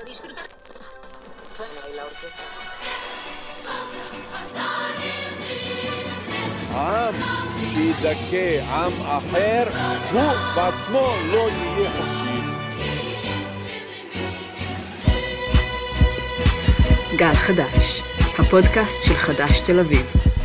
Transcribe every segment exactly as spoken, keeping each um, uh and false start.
disfrutar. Suena ahí la orquesta. עם שידכא עם אחר, הוא בעצמו לא יהיה חופשי. גל חדש, הפודקאסט של חדש תל אביב.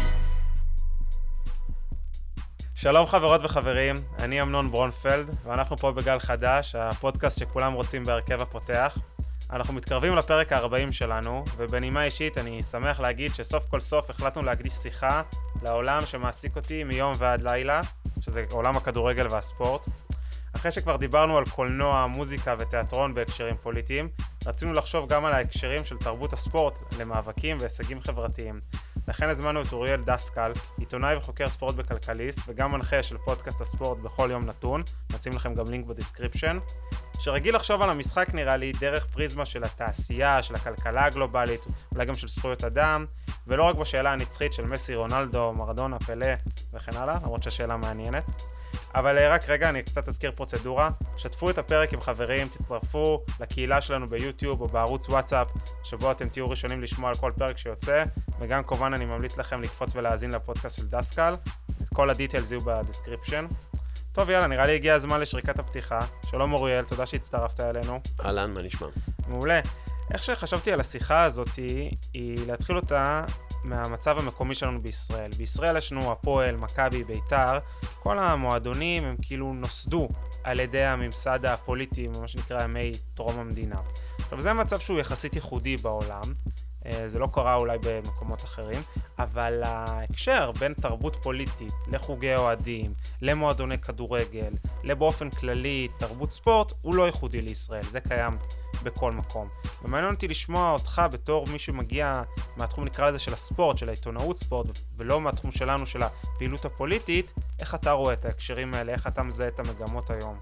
שלום חברות וחברים, אני אמנון ברונפלד, ואנחנו פה בגל חדש, הפודקאסט שכולם רוצים בהרכב הפותח. אנחנו מתקרבים לפרק ה-ארבעים שלנו, ובנימה אישית אני שמח להגיד שסוף כל סוף החלטנו להקדיש שיחה לעולם שמעסיק אותי מיום ועד לילה, שזה עולם הכדורגל והספורט. אחרי שכבר דיברנו על קולנוע, מוזיקה ותיאטרון בהקשרים פוליטיים, רצינו לחשוב גם על ההקשרים של תרבות הספורט למאבקים והישגים חברתיים. לכן הזמנו את אוריאל דסקל, עיתונאי וחוקר ספורט בכלכליסט, וגם מנחה של פודקאסט הספורט בכל יום נתון, נשים לכם גם לינק בדיסקריפשן, שרגיל לחשוב על המשחק נראה לי דרך פריזמה של התעשייה, של הכלכלה הגלובלית, אולי גם של זכויות אדם, ולא רק בשאלה הנצחית של מסי, רונלדו, מרדונה, פלה וכן הלאה, למרות שהשאלה מעניינת. אבל רק רגע, אני קצת אזכיר פרוצדורה. שתפו את הפרק עם חברים, תצטרפו לקהילה שלנו ביוטיוב או בערוץ וואטסאפ, שבו אתם תהיו ראשונים לשמוע על כל פרק שיוצא, וגם כמובן אני ממליץ לכם לקפוץ ולהאזין לפודקאסט של דסקל. את כל הדיטיילס יהיו בדיסקריפשן. טוב, יאללה, נראה לי הגיע הזמן לשריקת הפתיחה. שלום אוריאל, תודה שהצטרפת אלינו. אהלן, מה נשמע? מעולה. איך שחשבתי על השיחה הזאת היא להתחיל אותה מהמצב המקומי שלנו בישראל. בישראל יש לנו הפועל, מכבי, ביתר, כל המועדונים הם כאילו נוסדו על ידי הממסד הפוליטי, מה שנקרא ימי טרום המדינה. עכשיו זה מצב שהוא יחסית ייחודי בעולם, זה לא קרה אולי במקומות אחרים, אבל ההקשר בין תרבות פוליטית לחוגי אוהדים, למועדוני כדורגל, לבאופן כללי תרבות ספורט, הוא לא ייחודי לישראל, זה קיים בכל מקום. ומעניין אותי לשמוע אותך בתור מי שמגיע מהתחום נקרא לזה של הספורט, של העיתונאות ספורט, ולא מהתחום שלנו של הפעילות הפוליטית, איך אתה רואה את ההקשרים האלה, איך אתה מזהה את המגמות היום?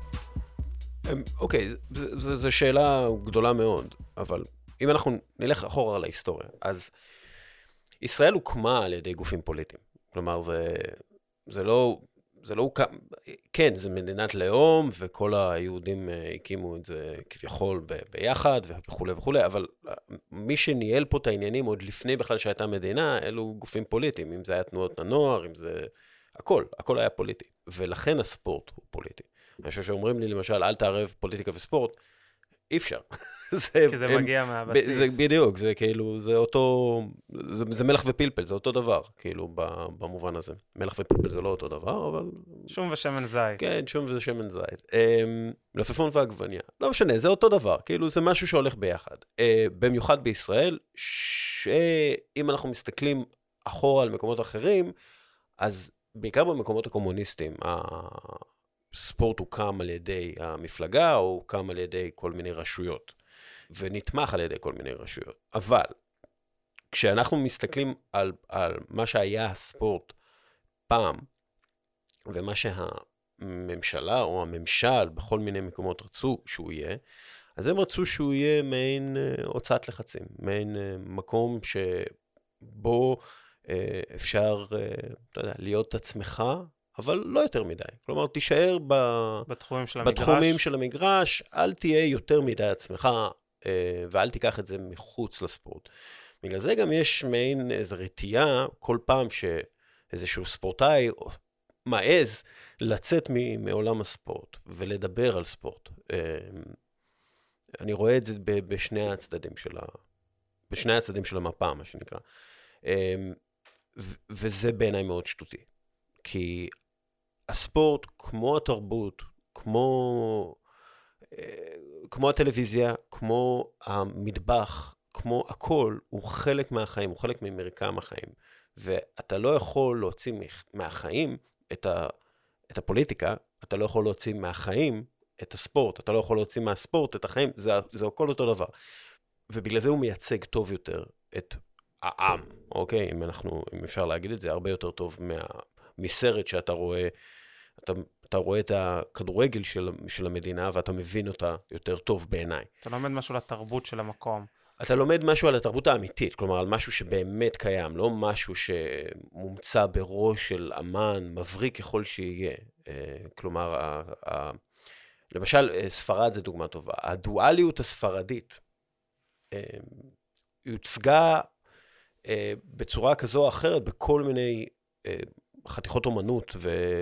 אוקיי, זו שאלה גדולה מאוד, אבל אם אנחנו נלך אחורה להיסטוריה, אז ישראל הוקמה על ידי גופים פוליטיים. כלומר, זה, זה לא, זה לא הוקם, כן, זה מדינת לאום, וכל היהודים הקימו את זה כביכול ב, ביחד, וכו' וכו', אבל מי שניהל פה את העניינים עוד לפני בכלל שהייתה מדינה, אלו גופים פוליטיים, אם זה היה תנועות הנוער, אם זה, הכל, הכל היה פוליטי. ולכן הספורט הוא פוליטי. אני חושב שאומרים לי, למשל, אל תערב פוליטיקה וספורט, אי אפשר. כי זה מגיע מהבסיס. זה בדיוק, זה כאילו, זה אותו, זה, זה מלח ופלפל, זה אותו דבר, כאילו, במובן הזה. מלח ופלפל זה לא אותו דבר, אבל... שום ושמן זית. כן, שום ושמן זית. מלפפון ועגבניה. לא משנה, זה אותו דבר, כאילו, זה משהו שהולך ביחד. במיוחד בישראל, שאם אנחנו מסתכלים אחורה על מקומות אחרים, אז בעיקר במקומות הקומוניסטיים, ספורט הוקם על ידי המפלגה, או הוקם על ידי כל מיני רשויות, ונתמך על ידי כל מיני רשויות. אבל, כשאנחנו מסתכלים על, על מה שהיה הספורט פעם, ומה שהממשלה או הממשל בכל מיני מקומות רצו שהוא יהיה, אז הם רצו שהוא יהיה מעין הוצאת לחצים, מעין מקום שבו אפשר, אתה יודע, להיות עצמך, אבל לא יותר מדי. כלומר, תישאר ב... בתחומים של המגרש. בתחומים של המגרש, אל תהיה יותר מדי עצמך, ואל תיקח את זה מחוץ לספורט. בגלל זה גם יש מעין איזו רתיעה, כל פעם שאיזשהו ספורטאי מעז לצאת מעולם הספורט, ולדבר על ספורט. אני רואה את זה בשני הצדדים של ה... בשני הצדדים של המפה, מה שנקרא. וזה בעיניי מאוד שטותי. כי הספורט, כמו התרבות, כמו, כמו הטלוויזיה, כמו המטבח, כמו הכל, הוא חלק מהחיים, הוא חלק ממרקם החיים. ואתה לא יכול להוציא מהחיים את, ה, את הפוליטיקה, אתה לא יכול להוציא מהחיים את הספורט, אתה לא יכול להוציא מהספורט את החיים, זה, זה הכל אותו דבר. ובגלל זה הוא מייצג טוב יותר את העם, אוקיי? אם אנחנו, אם אפשר להגיד את זה, הרבה יותר טוב מה... מסרט שאתה רואה, אתה, אתה רואה את הכדורגל של, של המדינה, ואתה מבין אותה יותר טוב בעיניי. אתה לומד משהו לתרבות של המקום. אתה לומד משהו על התרבות האמיתית, כלומר, על משהו שבאמת קיים, לא משהו שמומצא בראש של אמן, מבריק ככל שיהיה. כלומר, ה, ה, למשל, ספרד זה דוגמה טובה. הדואליות הספרדית היא הוצגה בצורה כזו או אחרת בכל מיני חתיכות אומנות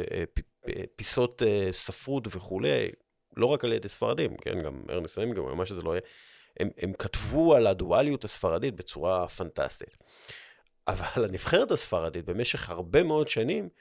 ופיסות ספרות וכולי, לא רק על ידי ספרדים, כן, גם ארנסט המינגווי, מה שזה לא יהיה, הם, הם כתבו על הדואליות הספרדית בצורה פנטסטית. אבל הנבחרת הספרדית במשך הרבה מאוד שנים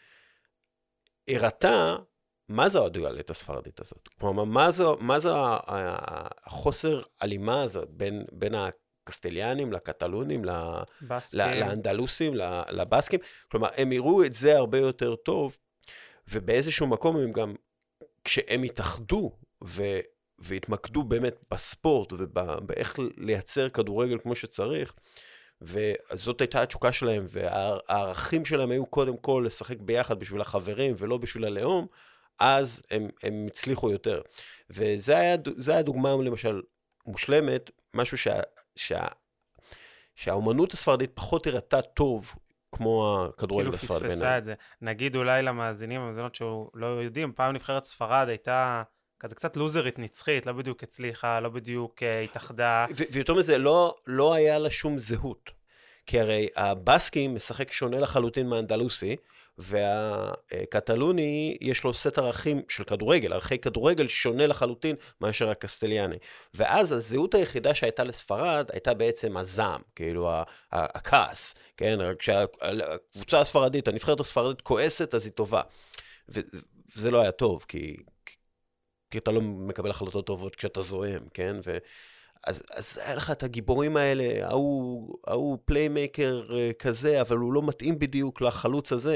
הראתה מה זה הדואליות הספרדית הזאת. כלומר, מה זה, מה זה החוסר אלימה הזאת בין, בין הקסטליאנים, לקטלונים, לאנדלוסים, לבסקים. כלומר, הם הראו את זה הרבה יותר טוב, ובאיזשהו מקום הם גם, כשהם התאחדו ו, והתמקדו באמת בספורט ובאיך לייצר כדורגל כמו שצריך, וזאת הייתה התשוקה שלהם, והערכים שלהם היו קודם כל לשחק ביחד בשביל החברים ולא בשביל הלאום, אז הם, הם הצליחו יותר. וזה היה, זה היה דוגמה למשל מושלמת, משהו שה, שה, שהאומנות הספרדית פחות הראתה טוב, כמו הכדורגל בספרד. כאילו פספסה את זה. נגיד אולי למאזינים, המאזינות שהוא לא יודעים, פעם נבחרת ספרד הייתה כזה קצת לוזרית נצחית, לא בדיוק הצליחה, לא בדיוק התאחדה. ויותר מזה, לא, לא היה לה שום זהות. כי הרי הבסקים משחק שונה לחלוטין מהאנדלוסי, והקטלוני יש לו סט ערכים של כדורגל, ערכי כדורגל שונה לחלוטין מאשר הקסטליאני. ואז הזהות היחידה שהייתה לספרד הייתה בעצם הזעם, כאילו הכעס, כן? כשהקבוצה הספרדית, הנבחרת הספרדית כועסת, אז היא טובה. וזה לא היה טוב, כי, כי אתה לא מקבל החלטות טובות כשאתה זוהם, כן? ו... אז, אז היה לך את הגיבורים האלה, הוא פליימייקר כזה, אבל הוא לא מתאים בדיוק לחלוץ הזה.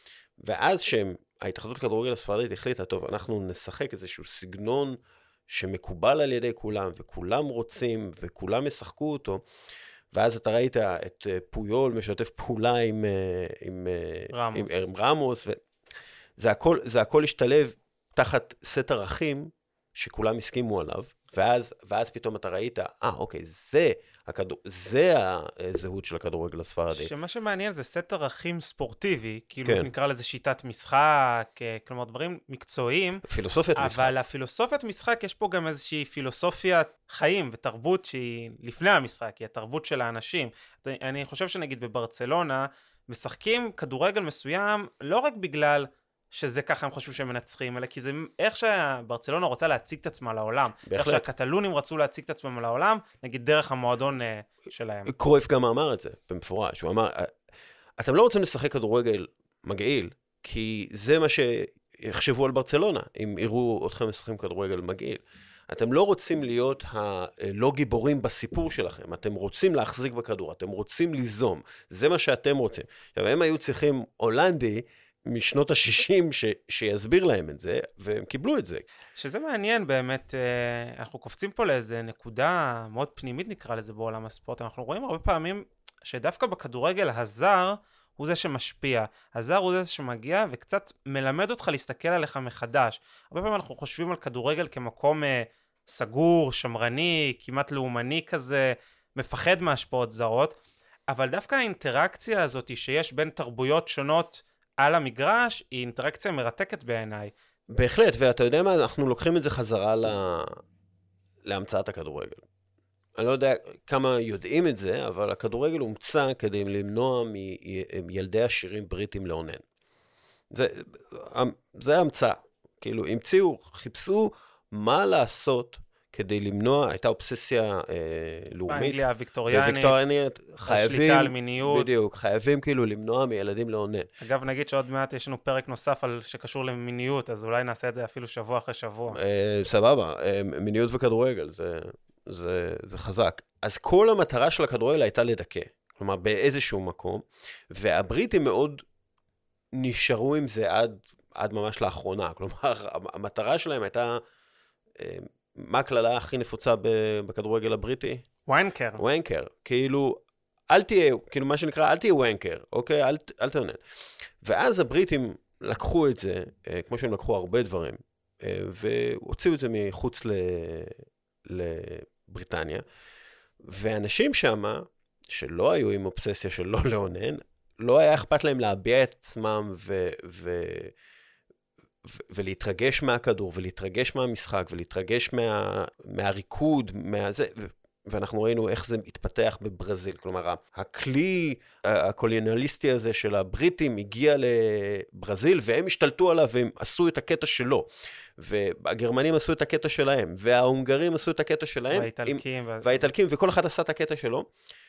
ואז שההתאחדות לכדורגל הספרדית החליטה, טוב, אנחנו נשחק איזשהו סגנון שמקובל על ידי כולם, וכולם רוצים, וכולם ישחקו אותו, ואז אתה ראית את פויול משתף פעולה עם, עם, רמוס. עם, עם רמוס, וזה הכל, זה הכל השתלב תחת סט ערכים שכולם הסכימו עליו, ואז, ואז פתאום אתה ראית, אה, אוקיי, זה, הכדור, זה הזהות של הכדורגל הספרדי. שמה שמעניין זה סט ערכים ספורטיבי, כאילו כן. נקרא לזה שיטת משחק, כלומר דברים מקצועיים. פילוסופיית משחק. אבל הפילוסופיית משחק, יש פה גם איזושהי פילוסופיית חיים ותרבות שהיא לפני המשחק, היא התרבות של האנשים. אני חושב שנגיד בברצלונה, משחקים כדורגל מסוים, לא רק בגלל שזה ככה הם חושבים שהם מנצחים, אלא כי זה איך שברצלונה רוצה להציג את עצמה לעולם. בהחלט. איך שהקטלונים רצו להציג את עצמם לעולם, נגיד דרך המועדון uh, שלהם. קרויף גם אמר את זה במפורש. הוא אמר, אתם לא רוצים לשחק כדורגל מגעיל, כי זה מה שיחשבו על ברצלונה, אם יראו אתכם משחקים כדורגל מגעיל. אתם לא רוצים להיות הלא גיבורים בסיפור שלכם, אתם רוצים להחזיק בכדור, אתם רוצים ליזום, זה מה שאתם רוצים. עכשיו, הם היו צריכים הולנדי, משנות ה-שישים ש- שיסביר להם את זה, והם קיבלו את זה. שזה מעניין באמת, אנחנו קופצים פה לאיזה נקודה מאוד פנימית נקרא לזה בעולם הספורט, אנחנו רואים הרבה פעמים שדווקא בכדורגל הזר הוא זה שמשפיע, הזר הוא זה שמגיע וקצת מלמד אותך להסתכל עליך מחדש. הרבה פעמים אנחנו חושבים על כדורגל כמקום סגור, שמרני, כמעט לאומני כזה, מפחד מהשפעות זרות, אבל דווקא האינטראקציה הזאת שיש בין תרבויות שונות על המגרש, היא אינטראקציה מרתקת בעיניי. בהחלט, ואתה יודע מה, אנחנו לוקחים את זה חזרה לה... להמצאת הכדורגל. אני לא יודע כמה יודעים את זה, אבל הכדורגל הומצא כדי למנוע מילדי עשירים בריטים לאונן. זה, זה המצא. כאילו, המציאו, חיפשו מה לעשות כדי למנוע, הייתה אובססיה אה, לאומית. באנגליה הוויקטוריאנית, הוויקטוריאנית, חייבים, השליטה על מיניות. בדיוק, חייבים כאילו למנוע מילדים לאונן. אגב, נגיד שעוד מעט יש לנו פרק נוסף על שקשור למיניות, אז אולי נעשה את זה אפילו שבוע אחרי שבוע. אה, סבבה, אה, מיניות וכדורגל, זה, זה, זה חזק. אז כל המטרה של הכדורגל הייתה לדכא, כלומר באיזשהו מקום, והבריטים מאוד נשארו עם זה עד, עד ממש לאחרונה, כלומר המטרה שלהם הייתה... אה, מה הכללה הכי נפוצה בכדורגל הבריטי? ווינקר. ווינקר. כאילו, אל תהיה, כאילו מה שנקרא, אל תהיה ווינקר, אוקיי? אל, אל תעונן. ואז הבריטים לקחו את זה, כמו שהם לקחו הרבה דברים, והוציאו את זה מחוץ ל, לבריטניה, ואנשים שם, שלא היו עם אובססיה של לא לעונן, לא היה אכפת להם להביע את עצמם ו... ו ולהתרגש מהכדור, ולהתרגש מהמשחק, ולהתרגש מה, מהריקוד, מהזה, ואנחנו ראינו איך זה התפתח בברזיל. כלומר, הכלי הקולוניאליסטי הזה של הבריטים הגיע לברזיל, והם השתלטו עליו והם עשו את הקטע שלו. והגרמנים עשו את הקטע שלהם, וההונגרים עשו את הקטע שלהם. והאיטלקים. עם, והאיטלקים, וכל אחד עשה את הקטע שלו.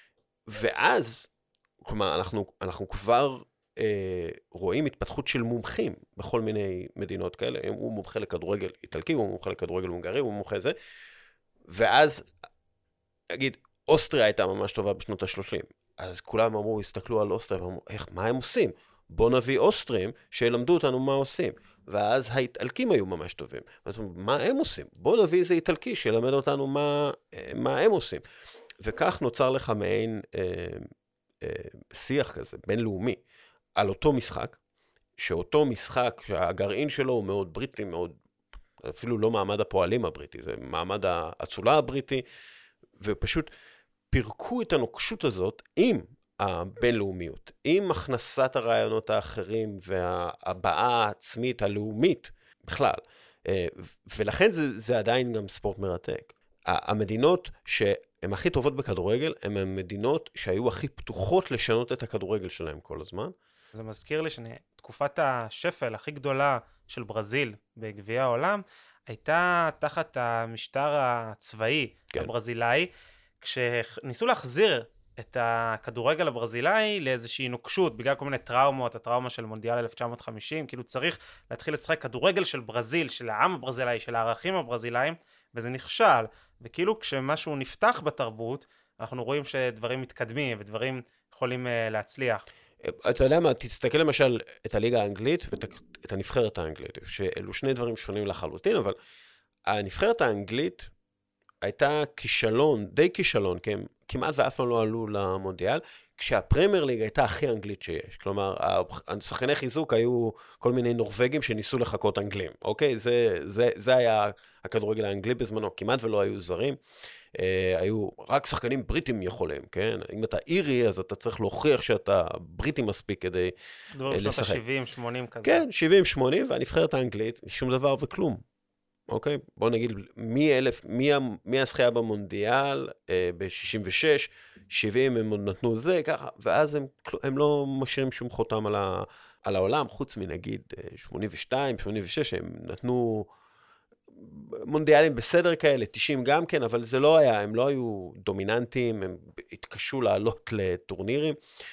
ואז, כלומר, אנחנו, אנחנו כבר אה, רואים התפתחות של מומחים בכל מיני מדינות כאלה. הוא מומחה לכדורגל איטלקי, הוא מומחה לכדורגל הונגרי, הוא מומחה זה. ואז, אגיד, אוסטריה הייתה ממש טובה בשנות ה-שלושים. אז כולם אמרו, הסתכלו על אוסטריה, ואמרו, איך, מה הם עושים? בוא נביא אוסטרים שילמדו אותנו מה עושים. ואז האיטלקים היו ממש טובים. אז מה הם עושים? בוא נביא איזה איטלקי שילמד אותנו מה, מה הם עושים. וכך נוצר לך מעין אה, אה, שיח כזה, בינלאומי, על אותו משחק, שאותו משחק, שהגרעין שלו הוא מאוד בריטי, מאוד, אפילו לא מעמד הפועלים הבריטי, זה מעמד האצולה הבריטי, ופשוט פירקו את הנוקשות הזאת עם הבינלאומיות, עם הכנסת הרעיונות האחרים וההבעה העצמית הלאומית בכלל. ולכן זה, זה עדיין גם ספורט מרתק. המדינות שהן הכי טובות בכדורגל, הן המדינות שהיו הכי פתוחות לשנות את הכדורגל שלהם כל הזמן. זה מזכיר לי שתקופת השפל הכי גדולה של ברזיל בגביע העולם, הייתה תחת המשטר הצבאי כן. הברזילאי, כשניסו להחזיר את הכדורגל הברזילאי לאיזושהי נוקשות, בגלל כל מיני טראומות, הטראומה של מונדיאל אלף תשע מאות וחמישים, כאילו צריך להתחיל לשחק כדורגל של ברזיל, של העם הברזילאי, של הערכים הברזילאיים, וזה נכשל, וכאילו כשמשהו נפתח בתרבות, אנחנו רואים שדברים מתקדמים, ודברים יכולים uh, להצליח. אתה יודע מה, תסתכל למשל את הליגה האנגלית, ואת הנבחרת האנגלית, שאלו שני דברים שונים לחלוטין, אבל הנבחרת האנגלית הייתה כישלון, די כישלון, כי הם כמעט ואף פעם לא עלו למונדיאל, כשהפרמייר ליג הייתה הכי אנגלית שיש. כלומר, השחקני חיזוק היו כל מיני נורווגים שניסו לחכות אנגלים, אוקיי? זה, זה, זה היה הכדורגל האנגלי בזמנו, כמעט ולא היו זרים. היו רק שחקנים בריטים יכולים, כן? אם אתה אירי, אז אתה צריך להוכיח שאתה בריטי מספיק כדי לשחק. שנות ה-שבעים שמונים כזה. כן, שבעים שמונים, והנבחרת האנגלית, שום דבר וכלום. אוקיי? בוא נגיד, מ-אלף, מהזכייה במונדיאל, ב-שישים ושש, שבעים הם נתנו זה, ככה, ואז הם, הם לא משאירים שום חותם על, ה, על העולם, חוץ מנגיד שמונים ושתיים, שמונים ושש, הם נתנו מונדיאלים בסדר כאלה, תשעים גם כן, אבל זה לא היה, הם לא היו דומיננטיים, הם התקשו לעלות לטורנירים,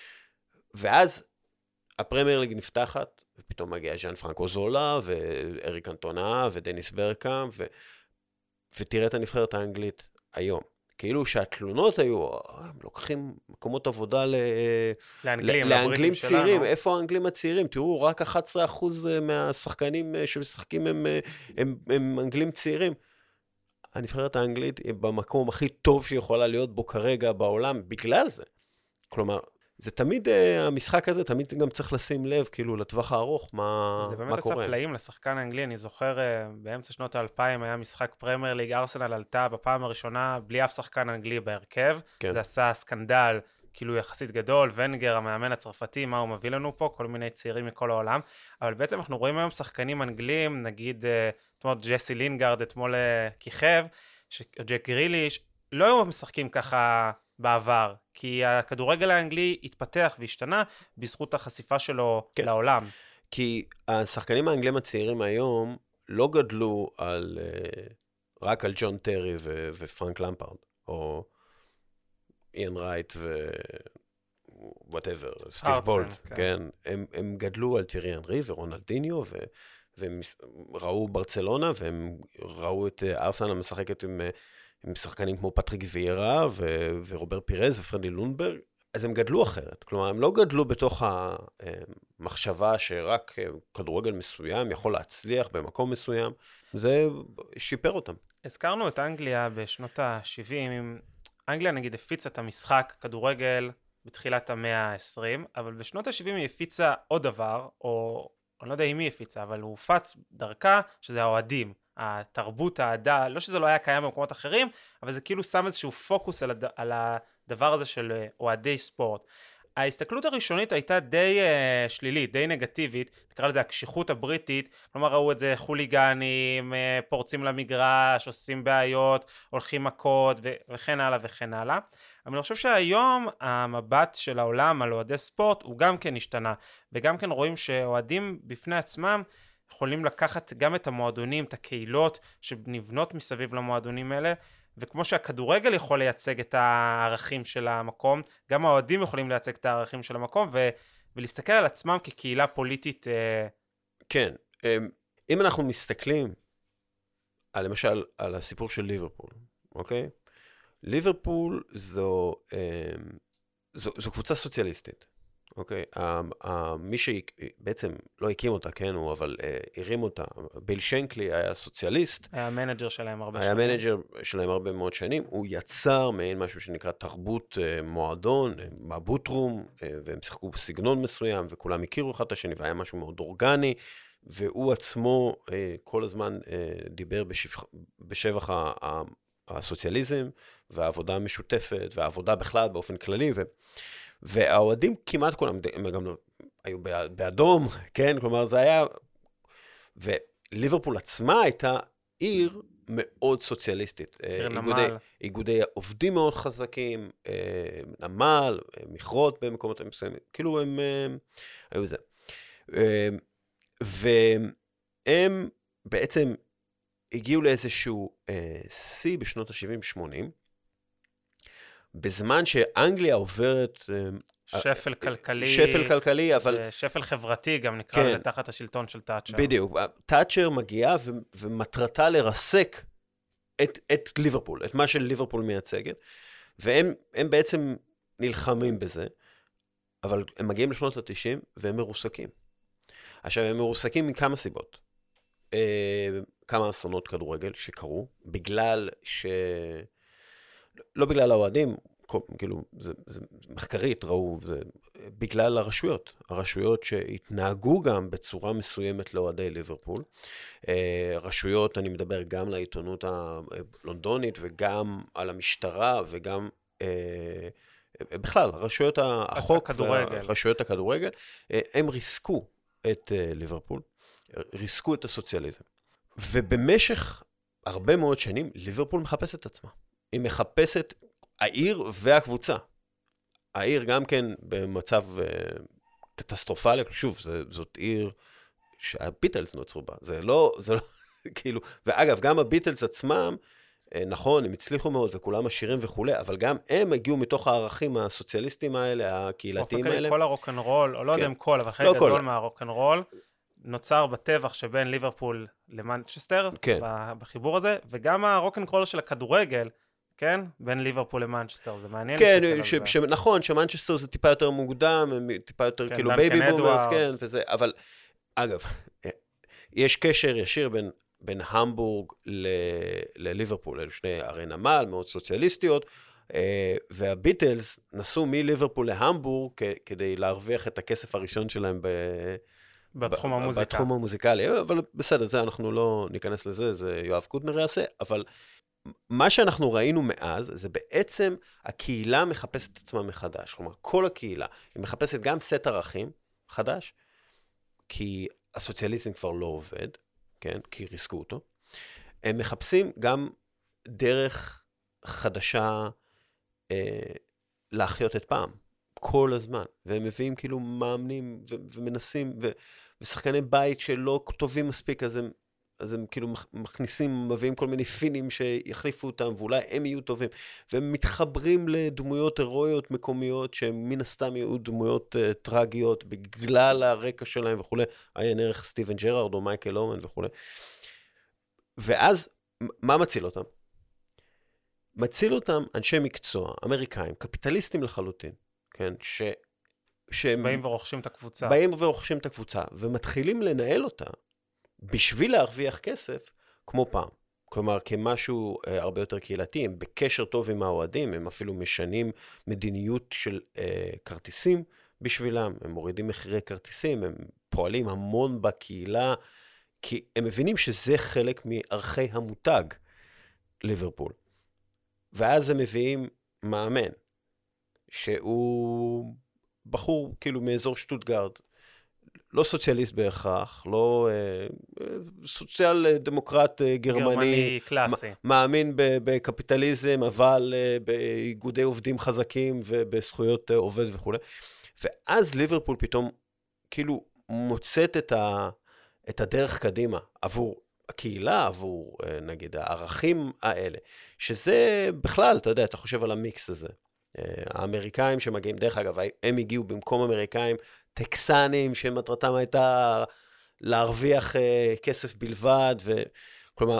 ואז הפרמייר ליג נפתחת, ופתאום מגיע ז'אן פרנקו זולה, ואריק אנטונה, ודניס ברקאם, ו... ותראה את הנבחרת האנגלית היום. כאילו שהתלונות היו, הם לוקחים מקומות עבודה ל... לאנגלים, לאנגלים צעירים. שלנו. איפה האנגלים הצעירים? תראו, רק אחד עשר אחוז מהשחקנים שמשחקים הם, הם, הם אנגלים צעירים. הנבחרת האנגלית היא במקום הכי טוב שיכולה להיות בו כרגע בעולם, בגלל זה. כלומר, זה תמיד, המשחק הזה, תמיד גם צריך לשים לב, כאילו, לטווח הארוך, מה, מה קורה. זה באמת עשה פלאים לשחקן האנגלי, אני זוכר, באמצע שנות האלפיים היה משחק פרמייר ליג, ארסנל עלתה בפעם הראשונה, בלי אף שחקן אנגלי בהרכב, כן. זה עשה סקנדל, כאילו יחסית גדול, ונגר, המאמן הצרפתי, מה הוא מביא לנו פה, כל מיני צעירים מכל העולם, אבל בעצם אנחנו רואים היום שחקנים אנגלים, נגיד, אתמול ג'סי לינגארד, אתמול כיכב, ג'ק גריליש, לא היו משחקים ככה בעבר, כי הכדורגל האנגלי התפתח והשתנה בזכות החשיפה שלו כן. לעולם. כי השחקנים האנגלים הצעירים היום לא גדלו על, רק על ג'ון טרי ו- ופרנק למפרד, או איין רייט ו... whatever, סטיב בולט, כן. כן. הם, הם גדלו על טירי אנרי ורונלדיניו, ו... והם ראו ברצלונה, והם ראו את ארסנל המשחקת עם... עם שחקנים כמו פטריק ויירה ו- ורובר פירז ופרדי לונברג, אז הם גדלו אחרת. כלומר, הם לא גדלו בתוך המחשבה שרק כדורגל מסוים יכול להצליח במקום מסוים. זה שיפר אותם. הזכרנו את אנגליה בשנות ה-שבעים. אנגליה נגיד הפיצה את המשחק כדורגל בתחילת המאה ה-עשרים, אבל בשנות ה-שבעים היא הפיצה עוד דבר, או אני לא יודע אם היא הפיצה, אבל הוא הופץ דרכה, שזה האוהדים. התרבות, העדה, לא שזה לא היה קיים במקומות אחרים, אבל זה כאילו שם איזשהו פוקוס על, הד... על הדבר הזה של אוהדי ספורט. ההסתכלות הראשונית הייתה די uh, שלילית, די נגטיבית, נקרא לזה הקשיחות הבריטית, כלומר ראו את זה חוליגנים, uh, פורצים למגרש, עושים בעיות, הולכים מכות ו- וכן הלאה וכן הלאה. אבל אני חושב שהיום המבט של העולם על אוהדי ספורט הוא גם כן השתנה, וגם כן רואים שאוהדים בפני עצמם יכולים לקחת גם את המועדונים, את הקהילות שנבנות מסביב למועדונים האלה, וכמו שהכדורגל יכול לייצג את הערכים של המקום, גם האוהדים יכולים לייצג את הערכים של המקום, ו- ולהסתכל על עצמם כקהילה פוליטית. כן, אם אנחנו מסתכלים, על, למשל, על הסיפור של ליברפול, אוקיי? ליברפול זו, זו, זו קבוצה סוציאליסטית, אוקיי? מי שבעצם לא הקים אותה, כן, הוא אבל הרים אותה, ביל שנקלי היה סוציאליסט. היה המנג'ר שלהם הרבה שנים. שנים. היה מנג'ר שלהם הרבה מאוד שנים. הוא יצר מעין משהו שנקרא תרבות מועדון, מבוטרום, והם שיחקו בסגנון מסוים, וכולם הכירו אחד את השני, והיה משהו מאוד אורגני, והוא עצמו כל הזמן דיבר בשבח, בשבח ה... הסוציאליזם והעבודה המשותפת והעבודה בכלל באופן כללי, ו... והאוהדים כמעט כולם, הם גם היו באדום, כן? כלומר זה היה, וליברפול עצמה הייתה עיר מאוד סוציאליסטית. עיר איגודי, נמל. איגודי עובדים מאוד חזקים, נמל, מכרות במקומות מסוימים, כאילו הם היו זה. והם בעצם הגיעו לאיזשהו שיא בשנות ה-שבעים שמונים, בזמן שאנגליה עוברת... שפל כלכלי. שפל כלכלי, אבל... שפל חברתי גם נקרא לזה תחת השלטון של תאצ'ר. בדיוק. תאצ'ר מגיעה ומטרתה לרסק את ליברפול, את מה שליברפול מייצגת, והם בעצם נלחמים בזה, אבל הם מגיעים לשנות ה-תשעים והם מרוסקים. עכשיו, הם מרוסקים מכמה סיבות. כמה אסונות כדורגל שקרו, בגלל ש... לא בגלל האוהדים, כאילו, זה, זה מחקרית, ראו, זה בגלל הרשויות. הרשויות שהתנהגו גם בצורה מסוימת לאוהדי ליברפול. רשויות, אני מדבר גם לעיתונות הלונדונית, וגם על המשטרה, וגם... בכלל, רשויות החוק, רשויות הכדורגל, הם ריסקו את ליברפול, ריסקו את הסוציאליזם. ובמשך הרבה מאוד שנים, ליברפול מחפשת את עצמה. היא מחפשת העיר והקבוצה. העיר גם כן במצב uh, קטסטרופלי, שוב, זה, זאת עיר שהביטלס נוצרו בה. זה לא, זה לא, כאילו, ואגב, גם הביטלס עצמם, נכון, הם הצליחו מאוד וכולם עשירים וכו', אבל גם הם הגיעו מתוך הערכים הסוציאליסטיים האלה, הקהילתיים האלה. כל הרוק'נ'רול, או לא יודע אם כל, אבל חלק גדול מהרוק'נ'רול, נוצר בטבח שבין ליברפול למנצ'סטר, בחיבור הזה, וגם הרוק'נ'רול של הכדורגל, כן? בין ליברפול למנצ'סטר, זה מעניין להסתכל על זה. נכון, שמנצ'סטר זה טיפה יותר מוקדם, טיפה יותר כאילו בייבי בומרס, כן, וזה, אבל, אגב, יש קשר ישיר בין בין המבורג לליברפול, אלו שני ערי נמל, מאוד סוציאליסטיות, והביטלס נסעו מליברפול להמבורג כדי להרוויח את הכסף הראשון שלהם בתחום המוזיקה. בתחום המוזיקלי, אבל בסדר, זה אנחנו לא ניכנס לזה, זה יואב קוטנר יעשה, אבל מה שאנחנו ראינו מאז, זה בעצם הקהילה מחפשת את עצמה מחדש, כלומר, כל הקהילה, היא מחפשת גם סט ערכים חדש, כי הסוציאליזם כבר לא עובד, כן, כי ריסקו אותו. הם מחפשים גם דרך חדשה אה, להחיות את פעם, כל הזמן, והם מביאים כאילו מאמנים ו- ומנסים, ו- ושחקני בית שלא טובים מספיק, אז הם, אז הם כאילו מכניסים, מביאים כל מיני פינים שיחליפו אותם, ואולי הם יהיו טובים, והם מתחברים לדמויות הירואיות מקומיות, שהם מן הסתם יהיו דמויות uh, טרגיות, בגלל הרקע שלהם וכו', עיין ערך סטיבן ג'רארד או מייקל אומן וכו'. ואז, מה מציל אותם? מציל אותם אנשי מקצוע, אמריקאים, קפיטליסטים לחלוטין, כן, ש... שהם... באים ורוכשים את הקבוצה. באים ורוכשים את הקבוצה, ומתחילים לנהל אותה, בשביל להרוויח כסף, כמו פעם. כלומר, כמשהו אה, הרבה יותר קהילתי, הם בקשר טוב עם האוהדים, הם אפילו משנים מדיניות של אה, כרטיסים בשבילם, הם מורידים מחירי כרטיסים, הם פועלים המון בקהילה, כי הם מבינים שזה חלק מערכי המותג, ליברפול. ואז הם מביאים מאמן, שהוא בחור כאילו מאזור שטוטגרד, לא סוציאליסט בהכרח, לא אה, סוציאל דמוקרט אה, גרמני, גרמני קלאסי. מאמין בקפיטליזם, אבל אה, באיגודי עובדים חזקים ובזכויות אה, עובד וכו'. ואז ליברפול פתאום כאילו מוצאת את, ה, את הדרך קדימה עבור הקהילה, עבור אה, נגיד הערכים האלה, שזה בכלל, אתה יודע, אתה חושב על המיקס הזה. אה, האמריקאים שמגיעים, דרך אגב, הם הגיעו במקום אמריקאים, טקסנים שמטרתם הייתה להרוויח uh, כסף בלבד, וכלומר,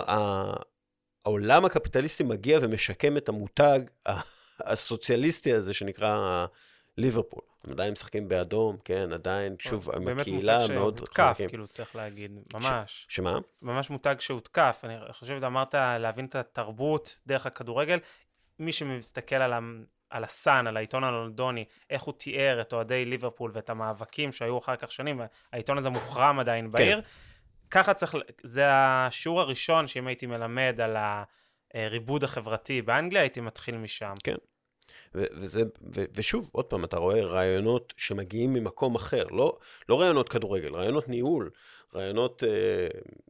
העולם הקפיטליסטי מגיע ומשקם את המותג הסוציאליסטי הזה שנקרא ליברפול. הם עדיין משחקים באדום, כן, עדיין, שוב, הם הקהילה מאוד... באמת מותג שהותקף, כאילו צריך להגיד, ממש. ש, שמה? ממש מותג שהותקף. אני חושב, אמרת להבין את התרבות דרך הכדורגל, מי שמסתכל על ה... על הסן, על העיתון הלונדוני, איך הוא תיאר את אוהדי ליברפול ואת המאבקים שהיו אחר כך שנים, והעיתון הזה מוחרם עדיין בעיר. כן. ככה צריך, זה השיעור הראשון שאם הייתי מלמד על הריבוד החברתי באנגליה, הייתי מתחיל משם. כן. ו- וזה, ו- ושוב, עוד פעם, אתה רואה רעיונות שמגיעים ממקום אחר, לא, לא רעיונות כדורגל, רעיונות ניהול, רעיונות אה,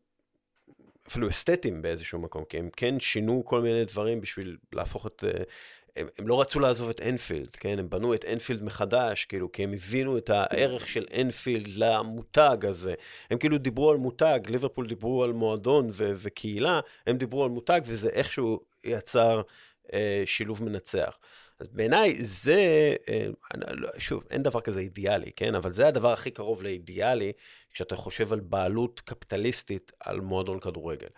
אפילו אסתטיים באיזשהו מקום, כי הם כן שינו כל מיני דברים בשביל להפוך את... אה, הם, הם לא רצו לעזוב את אנפילד, כן? הם בנו את אנפילד מחדש, כאילו, כי הם הבינו את הערך של אנפילד למותג הזה. הם כאילו דיברו על מותג, ליברפול דיברו על מועדון ו- וקהילה, הם דיברו על מותג, וזה איכשהו יצר אה, שילוב מנצח. אז בעיניי זה, אה, שוב, אין דבר כזה אידיאלי, כן? אבל זה הדבר הכי קרוב לאידיאלי, כשאתה חושב על בעלות קפיטליסטית על מועדון כדורגל.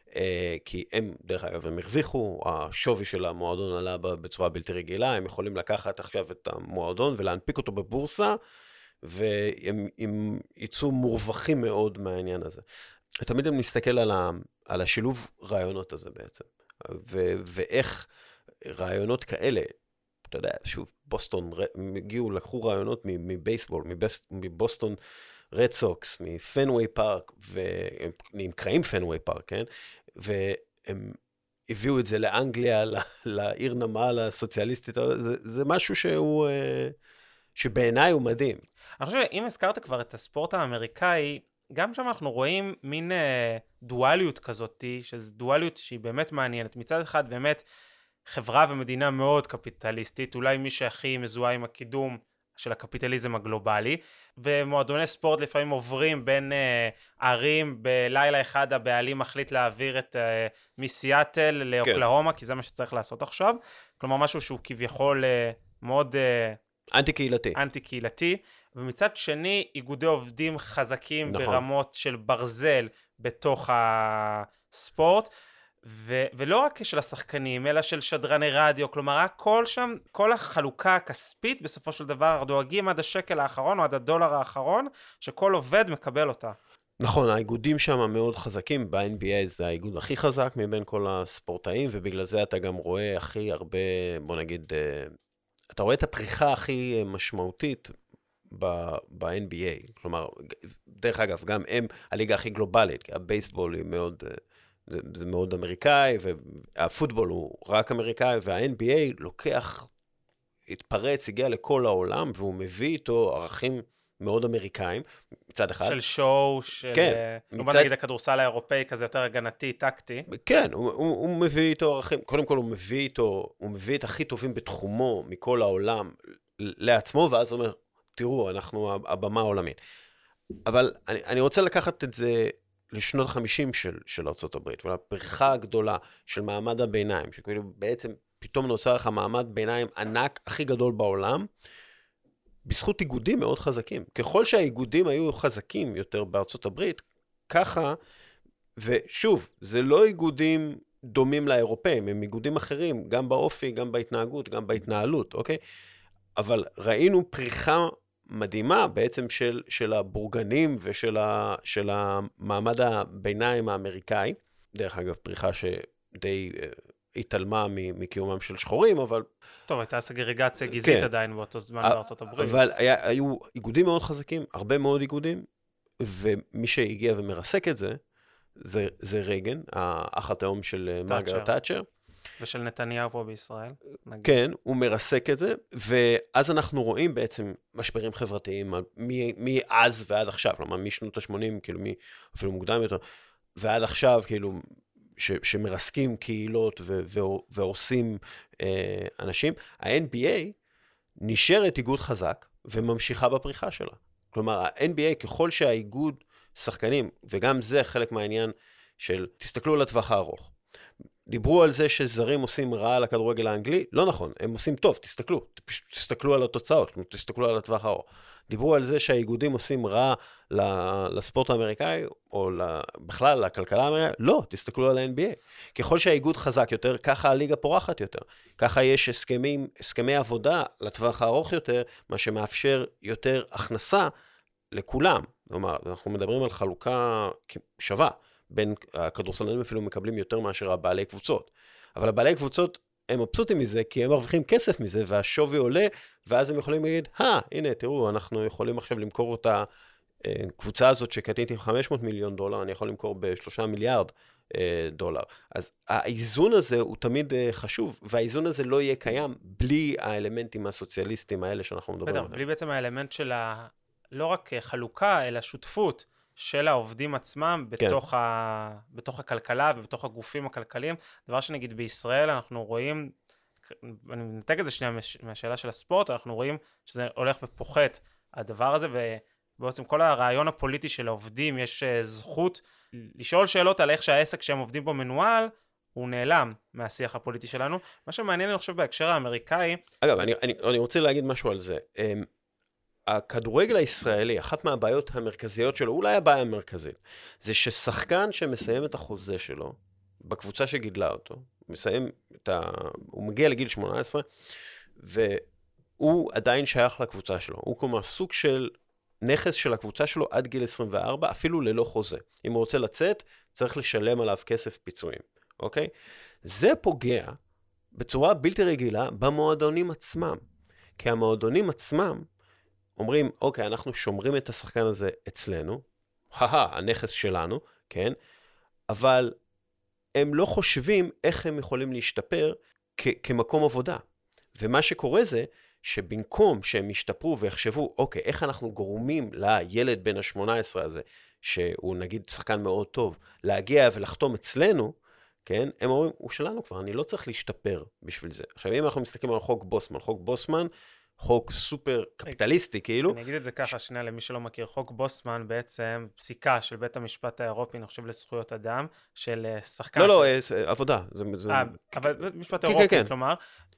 כי הם, דרך אגב, הם הרוויחו, השווי של המועדון עלה בצורה בלתי רגילה, הם יכולים לקחת עכשיו את המועדון ולהנפיק אותו בבורסה, והם הם יצאו מורווחים מאוד מהעניין הזה. תמיד אני מסתכל על, ה, על השילוב רעיונות הזה בעצם, ו, ואיך רעיונות כאלה, אתה יודע, שוב, בוסטון, הם הגיעו, לקחו רעיונות מבייסבול, מבוסטון, רד סוקס, מפנווי פארק, והם נקראים פנווי פארק, כן? והם הביאו את זה לאנגליה, לעיר נמל הסוציאליסטית, זה, זה משהו שהוא, שבעיניי הוא מדהים. אני חושב שאם הזכרת כבר את הספורט האמריקאי, גם שם אנחנו רואים מין דואליות כזאת, שזו דואליות שהיא באמת מעניינת. מצד אחד באמת חברה ומדינה מאוד קפיטליסטית, אולי מי שהכי מזוהה עם הקידום, של הקפיטליזם הגלובלי, ומועדוני ספורט לפעמים עוברים בין uh, ערים, בלילה אחד הבעלים מחליט להעביר את uh, מסיאטל לאוקלהומה, כן. כי זה מה שצריך לעשות עכשיו, כלומר משהו שהוא כביכול uh, מאוד... Uh, אנטי-קהילתי. אנטי-קהילתי, ומצד שני, איגודי עובדים חזקים נכון. ברמות של ברזל בתוך הספורט, ו- ולא רק של השחקנים, אלא של שדרני רדיו, כלומר, הכל שם, כל החלוקה הכספית, בסופו של דבר, דואגים עד השקל האחרון, או עד הדולר האחרון, שכל עובד מקבל אותה. נכון, האיגודים שם מאוד חזקים, ב-אן בי איי זה האיגוד הכי חזק מבין כל הספורטאים, ובגלל זה אתה גם רואה הכי הרבה, בוא נגיד, אתה רואה את הפריחה הכי משמעותית ב-אן בי איי, כלומר, דרך אגב, גם הם הליגה הכי גלובלית, כי הבייסבול היא מאוד... זה, זה מאוד אמריקאי, והפוטבול הוא רק אמריקאי, וה-אן בי איי לוקח, התפרץ, הגיע לכל העולם, והוא מביא איתו ערכים מאוד אמריקאים, מצד אחד. של שואו, של... כן. לעומת מצד... נגיד הכדורסל האירופאי, כזה יותר הגנתי, טקטי. כן, הוא, הוא, הוא מביא איתו ערכים, קודם כל הוא מביא איתו, הוא מביא את הכי טובים בתחומו, מכל העולם, לעצמו, ואז הוא אומר, תראו, אנחנו הבמה העולמית. אבל אני, אני רוצה לקחת את זה... לשנות ה-חמישים של, של ארצות הברית, ולפריחה הגדולה של מעמד הביניים, שכאילו בעצם פתאום נוצר לך מעמד ביניים ענק הכי גדול בעולם, בזכות איגודים מאוד חזקים. ככל שהאיגודים היו חזקים יותר בארצות הברית, ככה, ושוב, זה לא איגודים דומים לאירופאים, הם איגודים אחרים, גם באופי, גם בהתנהגות, גם בהתנהלות, אוקיי? אבל ראינו פריחה מדהימה בעצם של, של הבורגנים ושל ה, של המעמד הביניים האמריקאי, דרך אגב פריחה שדי uh, התעלמה מקיומם של שחורים, אבל... טוב, הייתה סגרגציה גזעית כן. עדיין באותו זמן בארצות הברית. אבל היה, היו איגודים מאוד חזקים, הרבה מאוד איגודים, ומי שהגיע ומרסק את זה, זה, זה רייגן, האח התאום של מרגרט תאצ'ר, ושל נתניהו פה בישראל. נגיד. כן, הוא מרסק את זה, ואז אנחנו רואים בעצם משברים חברתיים, מאז ועד עכשיו, כלומר, משנות ה-שמונים, כאילו, אפילו מוקדם יותר, ועד עכשיו, כאילו, ש, שמרסקים קהילות ו, והורסים אה, אנשים, ה-אן בי איי נשארת איגוד חזק וממשיכה בפריחה שלה. כלומר, ה-אן בי איי, ככל שהאיגוד שחקנים, וגם זה חלק מהעניין של, תסתכלו על הטווח הארוך. דיברו על זה שזרים עושים רע לכדורגל האנגלי, לא נכון, הם עושים טוב, תסתכלו, תסתכלו על התוצאות, תסתכלו על הטווח הארוך. דיברו על זה שהאיגודים עושים רע לספורט האמריקאי, או בכלל לכלכלה האמריקאית, לא, תסתכלו על ה-אן בי איי. ככל שהאיגוד חזק יותר, ככה הליגה פורחת יותר. ככה יש הסכמים, הסכמי עבודה לטווח הארוך יותר, מה שמאפשר יותר הכנסה לכולם. כלומר, אנחנו מדברים על חלוקה שווה. בין הכדורסלנים אפילו מקבלים יותר מאשר הבעלי קבוצות. אבל הבעלי קבוצות הם מבסוטים מזה, כי הם מרוויחים כסף מזה, והשווי עולה, ואז הם יכולים להגיד, אה, הנה, תראו, אנחנו יכולים עכשיו למכור את הקבוצה הזאת שקניתי עם חמש מאות מיליון דולר, אני יכול למכור בשלושה מיליארד דולר. אז האיזון הזה הוא תמיד חשוב, והאיזון הזה לא יהיה קיים בלי האלמנטים הסוציאליסטיים האלה שאנחנו מדברים עליהם. בלי בעצם האלמנט של ה... לא רק חלוקה, אלא שותפות. של העובדים עצמם בתוך, כן. ה... בתוך הכלכלה ובתוך הגופים הכלכליים. דבר שנגיד בישראל אנחנו רואים, אני מנתק את זה שנייה מהשאלה של הספורט, אנחנו רואים שזה הולך ופוחת הדבר הזה, ובעצם כל הרעיון הפוליטי של העובדים, יש זכות לשאול שאלות על איך שהעסק שהם עובדים בו מנוהל, הוא נעלם מהשיח הפוליטי שלנו. מה שמעניין אני חושב בהקשר האמריקאי... אגב, אני, אני, אני רוצה להגיד משהו על זה. הכדורגל הישראלי, אחת מהבעיות המרכזיות שלו, אולי הבעיה המרכזית, זה ששחקן שמסיים את החוזה שלו, בקבוצה שגידלה אותו, מסיים את ה... הוא מגיע לגיל שמונה עשרה, והוא עדיין שייך לקבוצה שלו. הוא כלומר סוג של נכס של הקבוצה שלו עד גיל עשרים וארבע, אפילו ללא חוזה. אם הוא רוצה לצאת, צריך לשלם עליו כסף פיצויים, אוקיי? זה פוגע בצורה בלתי רגילה במועדונים עצמם. כי המועדונים עצמם אומרים, אוקיי, אנחנו שומרים את השחקן הזה אצלנו, הא, הנכס שלנו, כן? אבל הם לא חושבים איך הם יכולים להשתפר כ- כמקום עבודה. ומה שקורה זה, שבמקום שהם ישתפרו ויחשבו, אוקיי, איך אנחנו גורמים לילד בן ה-שמונה עשרה הזה, שהוא נגיד שחקן מאוד טוב, להגיע ולחתום אצלנו, כן? הם אומרים, הוא שלנו כבר, אני לא צריך להשתפר בשביל זה. עכשיו, אם אנחנו מסתכלים על חוק בוסמן, חוק בוסמן, חוק סופר קפיטליסטי, כאילו. אני אגיד את זה ככה, שנייה, למי שלא מכיר, חוק בוסמן בעצם פסיקה של בית המשפט האירופי, אני חושב לזכויות אדם, של שחקן... לא, לא, עבודה. אבל בית המשפט האירופי, כלומר,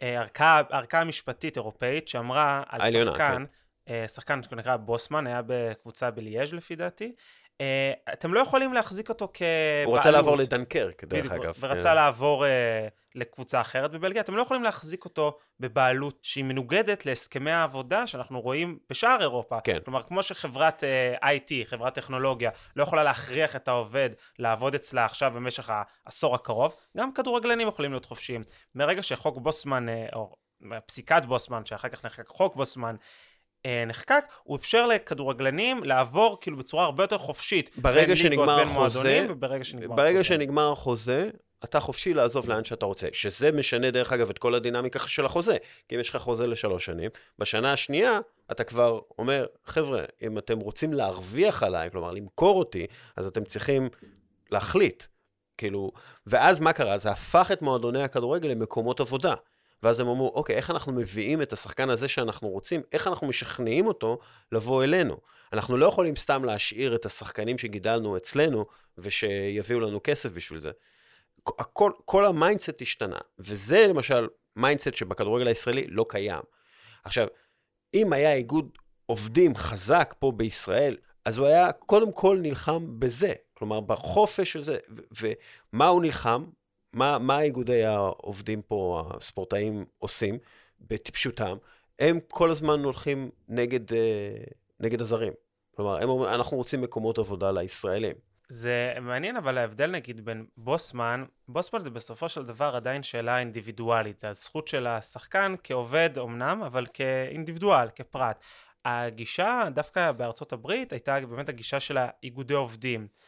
הערכאה המשפטית אירופאית שאמרה על שחקן, שחקן שנקרא בוסמן, היה בקבוצה בליאז' לפי דעתי, אתם לא יכולים להחזיק אותו כבעלות. הוא רצה לעבור לדנקרק, דרך אגב. ורצה לעבור לקבוצה אחרת בבלגיה. אתם לא יכולים להחזיק אותו בבעלות שהיא מנוגדת להסכמי העבודה שאנחנו רואים בשאר אירופה. כן. כלומר, כמו שחברת איי טי, חברת טכנולוגיה, לא יכולה להכריח את העובד לעבוד אצלה עכשיו במשך העשור הקרוב, גם כדורגלנים יכולים להיות חופשיים. מרגע שחוק בוסמן, או פסיקת בוסמן, שאחר כך נחקק חוק בוסמן, נחקק, הוא אפשר לכדורגלנים לעבור כאילו בצורה הרבה יותר חופשית. ברגע שנגמר החוזה, ברגע החוזה. שנגמר החוזה, אתה חופשי לעזוב לאן שאתה רוצה. שזה משנה דרך אגב את כל הדינמיקה של החוזה. כי אם יש לך חוזה לשלוש שנים, בשנה השנייה אתה כבר אומר, חבר'ה, אם אתם רוצים להרוויח עליי, כלומר למכור אותי, אז אתם צריכים להחליט. כאילו, ואז מה קרה? זה הפך את מועדוני הכדורגל למקומות עבודה. ואז הם אמרו, אוקיי, איך אנחנו מביאים את השחקן הזה שאנחנו רוצים, איך אנחנו משכנעים אותו לבוא אלינו. אנחנו לא יכולים סתם להשאיר את השחקנים שגידלנו אצלנו, ושיביאו לנו כסף בשביל זה. הכל, כל המיינדסט השתנה, וזה למשל מיינדסט שבכדורגל הישראלי לא קיים. עכשיו, אם היה איגוד עובדים חזק פה בישראל, אז הוא היה קודם כל נלחם בזה, כלומר בחופש של זה, ו- ומה הוא נלחם? מה, מה האיגודי העובדים פה, הספורטאים עושים בטיפשותם? הם כל הזמן הולכים נגד, נגד הזרים. כלומר, הם, אנחנו רוצים מקומות עבודה לישראלים. זה מעניין, אבל ההבדל נגיד בין בוסמן, בוסמן זה בסופו של דבר עדיין שאלה אינדיבידואלית. זה הזכות של השחקן כעובד אמנם, אבל כאינדיבידואל, כפרט. הגישה דווקא בארצות הברית הייתה באמת הגישה של האיגודי עובדים.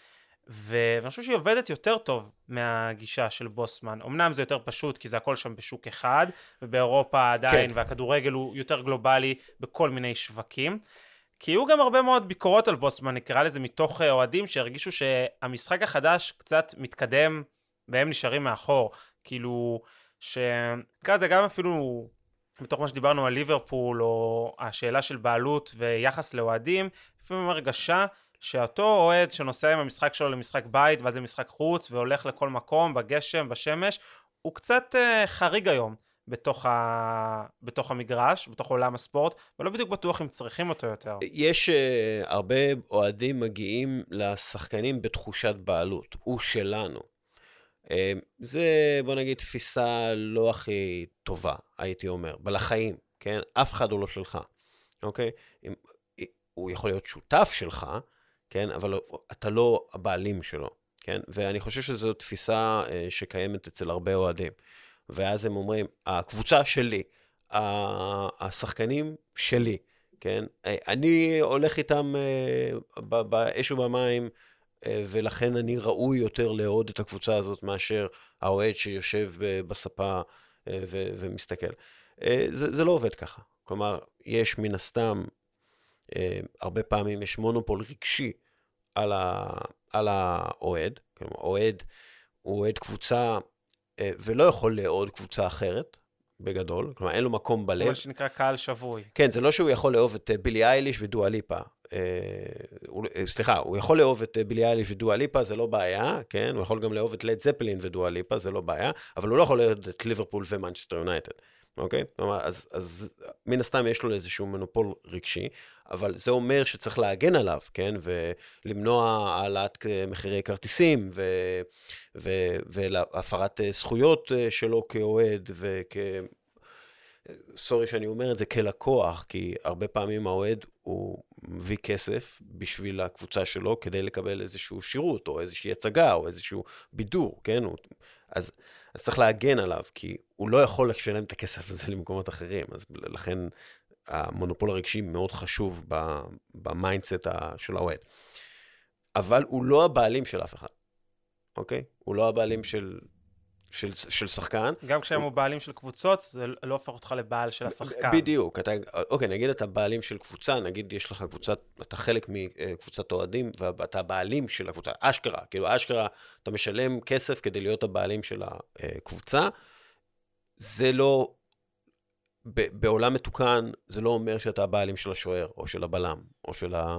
ואני חושב שהיא עובדת יותר טוב מהגישה של בוסמן. אמנם זה יותר פשוט, כי זה הכל שם בשוק אחד, ובאירופה עדיין, כן. והכדורגל הוא יותר גלובלי בכל מיני שווקים. כי היו גם הרבה מאוד ביקורות על בוסמן, נקרא לזה מתוך אוהדים, שהרגישו שהמשחק החדש קצת מתקדם, והם נשארים מאחור. כאילו, שנקרא זה גם אפילו, בתוך מה שדיברנו על ליברפול, או השאלה של בעלות ויחס לאוהדים, לפעמים הרגשה, שאותו אוהד שנוסע עם המשחק שלו למשחק בית, ואז למשחק חוץ, והולך לכל מקום, בגשם, בשמש, הוא קצת uh, חריג היום בתוך, ה... בתוך המגרש, בתוך עולם הספורט, ולא בדיוק בטוח אם צריכים אותו יותר. יש uh, הרבה אוהדים מגיעים לשחקנים בתחושת בעלות, הוא שלנו. Uh, זה, בוא נגיד, תפיסה לא הכי טובה, הייתי אומר, בלחיים, כן? אף אחד הוא לא שלך, אוקיי? אם, הוא יכול להיות שותף שלך, כן, אבל אתה לא הבעלים שלו, כן, ואני חושב שזו תפיסה uh, שקיימת אצל הרבה אוהדים, ואז הם אומרים, הקבוצה שלי, השחקנים שלי, כן, אני הולך איתם uh, באש ובמים, uh, ולכן אני ראוי יותר לעוד את הקבוצה הזאת, מאשר האוהד שיושב בספה uh, ו- ומסתכל. Uh, זה, זה לא עובד ככה, כלומר, יש מן הסתם, Uh, הרבה פעמים יש מונופול רגשי על, ה, על האוהד, כלומר, אוהד הוא אוהד קבוצה, uh, ולא יכול לעוד קבוצה אחרת, בגדול, כלומר, אין לו מקום בלב. מה שנקרא קהל שבוי. כן, זה לא שהוא יכול לאהוב את uh, בילי אייליש ודואה ליפה. Uh, הוא, סליחה, הוא יכול לאהוב את uh, בילי אייליש ודואה ליפה, זה לא בעיה, כן? הוא יכול גם לאהוב את לד זפלין ודואה ליפה, זה לא בעיה, אבל הוא לא יכול לאהוב את ליברפול ומנצ'סטר יונייטד. אוקיי? כלומר, אז, אז מן הסתם יש לו איזשהו מונופול רגשי, אבל זה אומר שצריך להגן עליו, כן? ולמנוע העלאת מחירי כרטיסים, ו, ו, והפרת זכויות שלו כאוהד, וכ... סורי שאני אומר את זה כלקוח, כי הרבה פעמים האוהד הוא מביא כסף בשביל הקבוצה שלו, כדי לקבל איזשהו שירות, או איזושהי הצגה, או איזשהו בידור, כן? אז, אז צריך להגן עליו, כי הוא לא יכול לשלם את הכסף הזה למקומות אחרים, אז לכן המונופול הרגשי מאוד חשוב במיינדסט של האוהד. אבל הוא לא הבעלים של אף אחד, אוקיי? הוא לא הבעלים של... של, של שחקן. גם כשהם הוא בעלים של קבוצות, זה לא הופך אותך לבעל של השחקן. בדיוק. אתה, אוקיי, נגיד אתה בעלים של קבוצה, נגיד יש לך קבוצה, אתה חלק מקבוצת אוהדים, ואתה הבעלים של הקבוצה, אשכרה. כאילו, אשכרה, אתה משלם כסף כדי להיות הבעלים של הקבוצה. זה לא, ב, בעולם מתוקן, זה לא אומר שאתה הבעלים של השוער, או של הבלם, או של ה...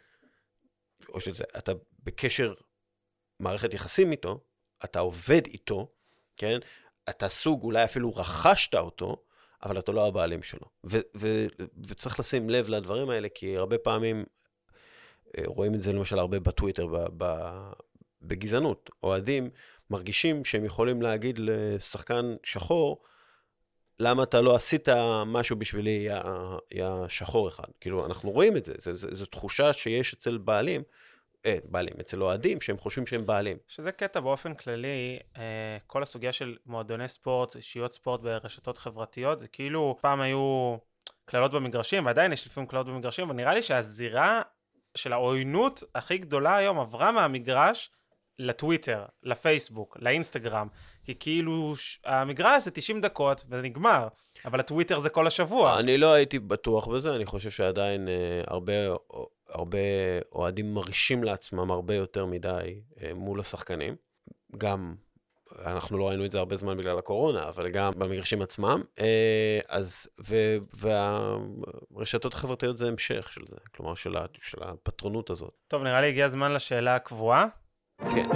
או של זה. אתה בקשר מערכת יחסים איתו, אתה עובד איתו, כן? אתה סוג, אולי אפילו רכשת אותו, אבל אתה לא הבעלים שלו. ו- ו- וצריך לשים לב לדברים האלה, כי הרבה פעמים, רואים את זה למשל הרבה בטוויטר, ב- ב- בגזענות. אוהדים מרגישים שהם יכולים להגיד לשחקן שחור, למה אתה לא עשית משהו בשבילי, יא שחור אחד. כאילו, אנחנו רואים את זה. זו, זו, זו תחושה שיש אצל בעלים, אה, בעלים, אצל אוהדים, שהם חושבים שהם בעלים. שזה קטע באופן כללי, אה, כל הסוגיה של מועדוני ספורט, אישיות ספורט ברשתות חברתיות, זה כאילו פעם היו כללות במגרשים, ועדיין יש לפעמים כללות במגרשים, אבל נראה לי שהזירה של העוינות הכי גדולה היום עברה מהמגרש לטוויטר, לפייסבוק, לאינסטגרם, כי כאילו המגרש זה תשעים דקות וזה נגמר, אבל הטוויטר זה כל השבוע. אני לא הייתי בטוח בזה, אני חושב שעדיין אה, הרבה, הרבה אוהדים מרשים לעצמם הרבה יותר מדי אה, מול השחקנים. גם, אנחנו לא ראינו את זה הרבה זמן בגלל הקורונה, אבל גם במגרשים עצמם. אה, אז, ו, והרשתות החברתיות זה המשך של זה, כלומר של, ה, של הפטרונות הזאת. טוב, נראה לי הגיע הזמן לשאלה הקבועה. כן.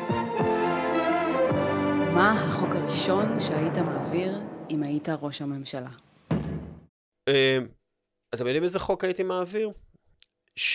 מה החוק הראשון שהיית מעביר אם היית ראש הממשלה? אתם יודעים איזה חוק הייתי מעביר? ש...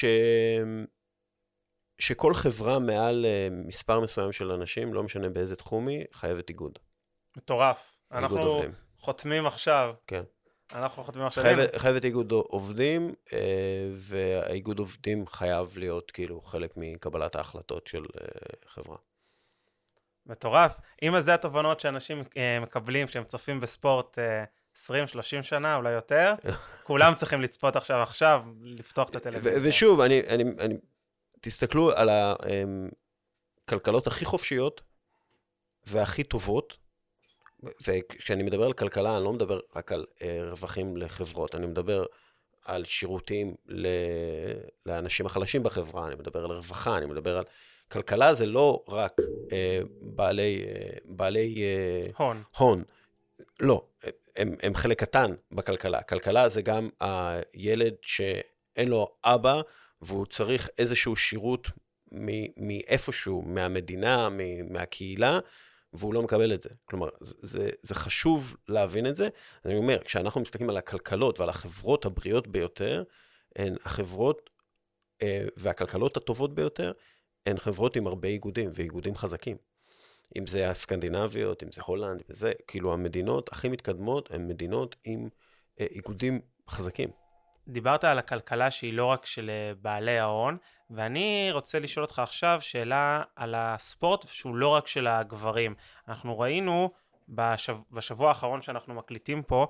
שכל חברה מעל מספר מסוים של אנשים, לא משנה באיזה תחום היא, חייבת איגוד. מטורף. אנחנו עובדים. חותמים עכשיו. כן. אנחנו חותמים עכשיו. חייבת, חייבת איגוד עובדים, והאיגוד עובדים חייב להיות כאילו חלק מקבלת ההחלטות של חברה. מטורף. אם זה התובנות שאנשים מקבלים, שהם צופים בספורט עשרים שלושים שנה, אולי יותר, כולם צריכים לצפות עכשיו, עכשיו, לפתוח את הטלוויזיה. ושוב, אני, אני, אני, תסתכלו על הכלכלות הכי חופשיות והכי טובות, וכשאני מדבר על כלכלה, אני לא מדבר רק על אה, רווחים לחברות, אני מדבר על שירותים ל... לאנשים החלשים בחברה, אני מדבר על רווחה, אני מדבר על... כלכלה זה לא רק אה, בעלי, אה, בעלי אה, הון. הון. לא, הם, הם חלק קטן בכלכלה. כלכלה זה גם הילד שאין לו אבא, והוא צריך איזשהו שירות מאיפשהו, מהמדינה, מהקהילה, והוא לא מקבל את זה. כלומר, זה, זה חשוב להבין את זה. אני אומר, כשאנחנו מסתכלים על הכלכלות ועל החברות הבריאות ביותר, הן החברות והכלכלות הטובות ביותר, הן חברות עם הרבה איגודים, ואיגודים חזקים. אם זה הסקנדינביות, אם זה הולנד, וזה, כאילו המדינות הכי מתקדמות, הן מדינות עם איגודים חזקים. דיברת על הכלכלה שהיא לא רק של בעלי ההון, ואני רוצה לשאול אותך עכשיו שאלה על הספורט שהוא לא רק של הגברים. אנחנו ראינו בשב... בשבוע האחרון שאנחנו מקליטים פה,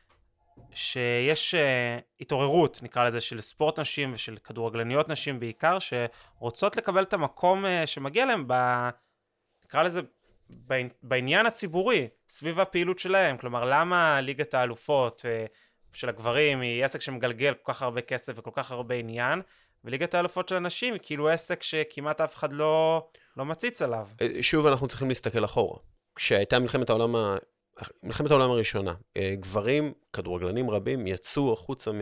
שיש uh, התעוררות, נקרא לזה, של ספורט נשים ושל כדורגלניות נשים בעיקר, שרוצות לקבל את המקום uh, שמגיע להם, ב... נקרא לזה, בעניין הציבורי, סביב הפעילות שלהם. כלומר, למה ליגת האלופות uh, של הגברים היא עסק שמגלגל כל כך הרבה כסף וכל כך הרבה עניין, וליגת האלופות של הנשים היא כאילו עסק שכמעט אף אחד לא, לא מציץ עליו. שוב, אנחנו צריכים להסתכל אחורה. כשהייתה מלחמת העולם ה... מלחמת העולם הראשונה, גברים, כדורגלנים רבים, יצאו החוצה מ...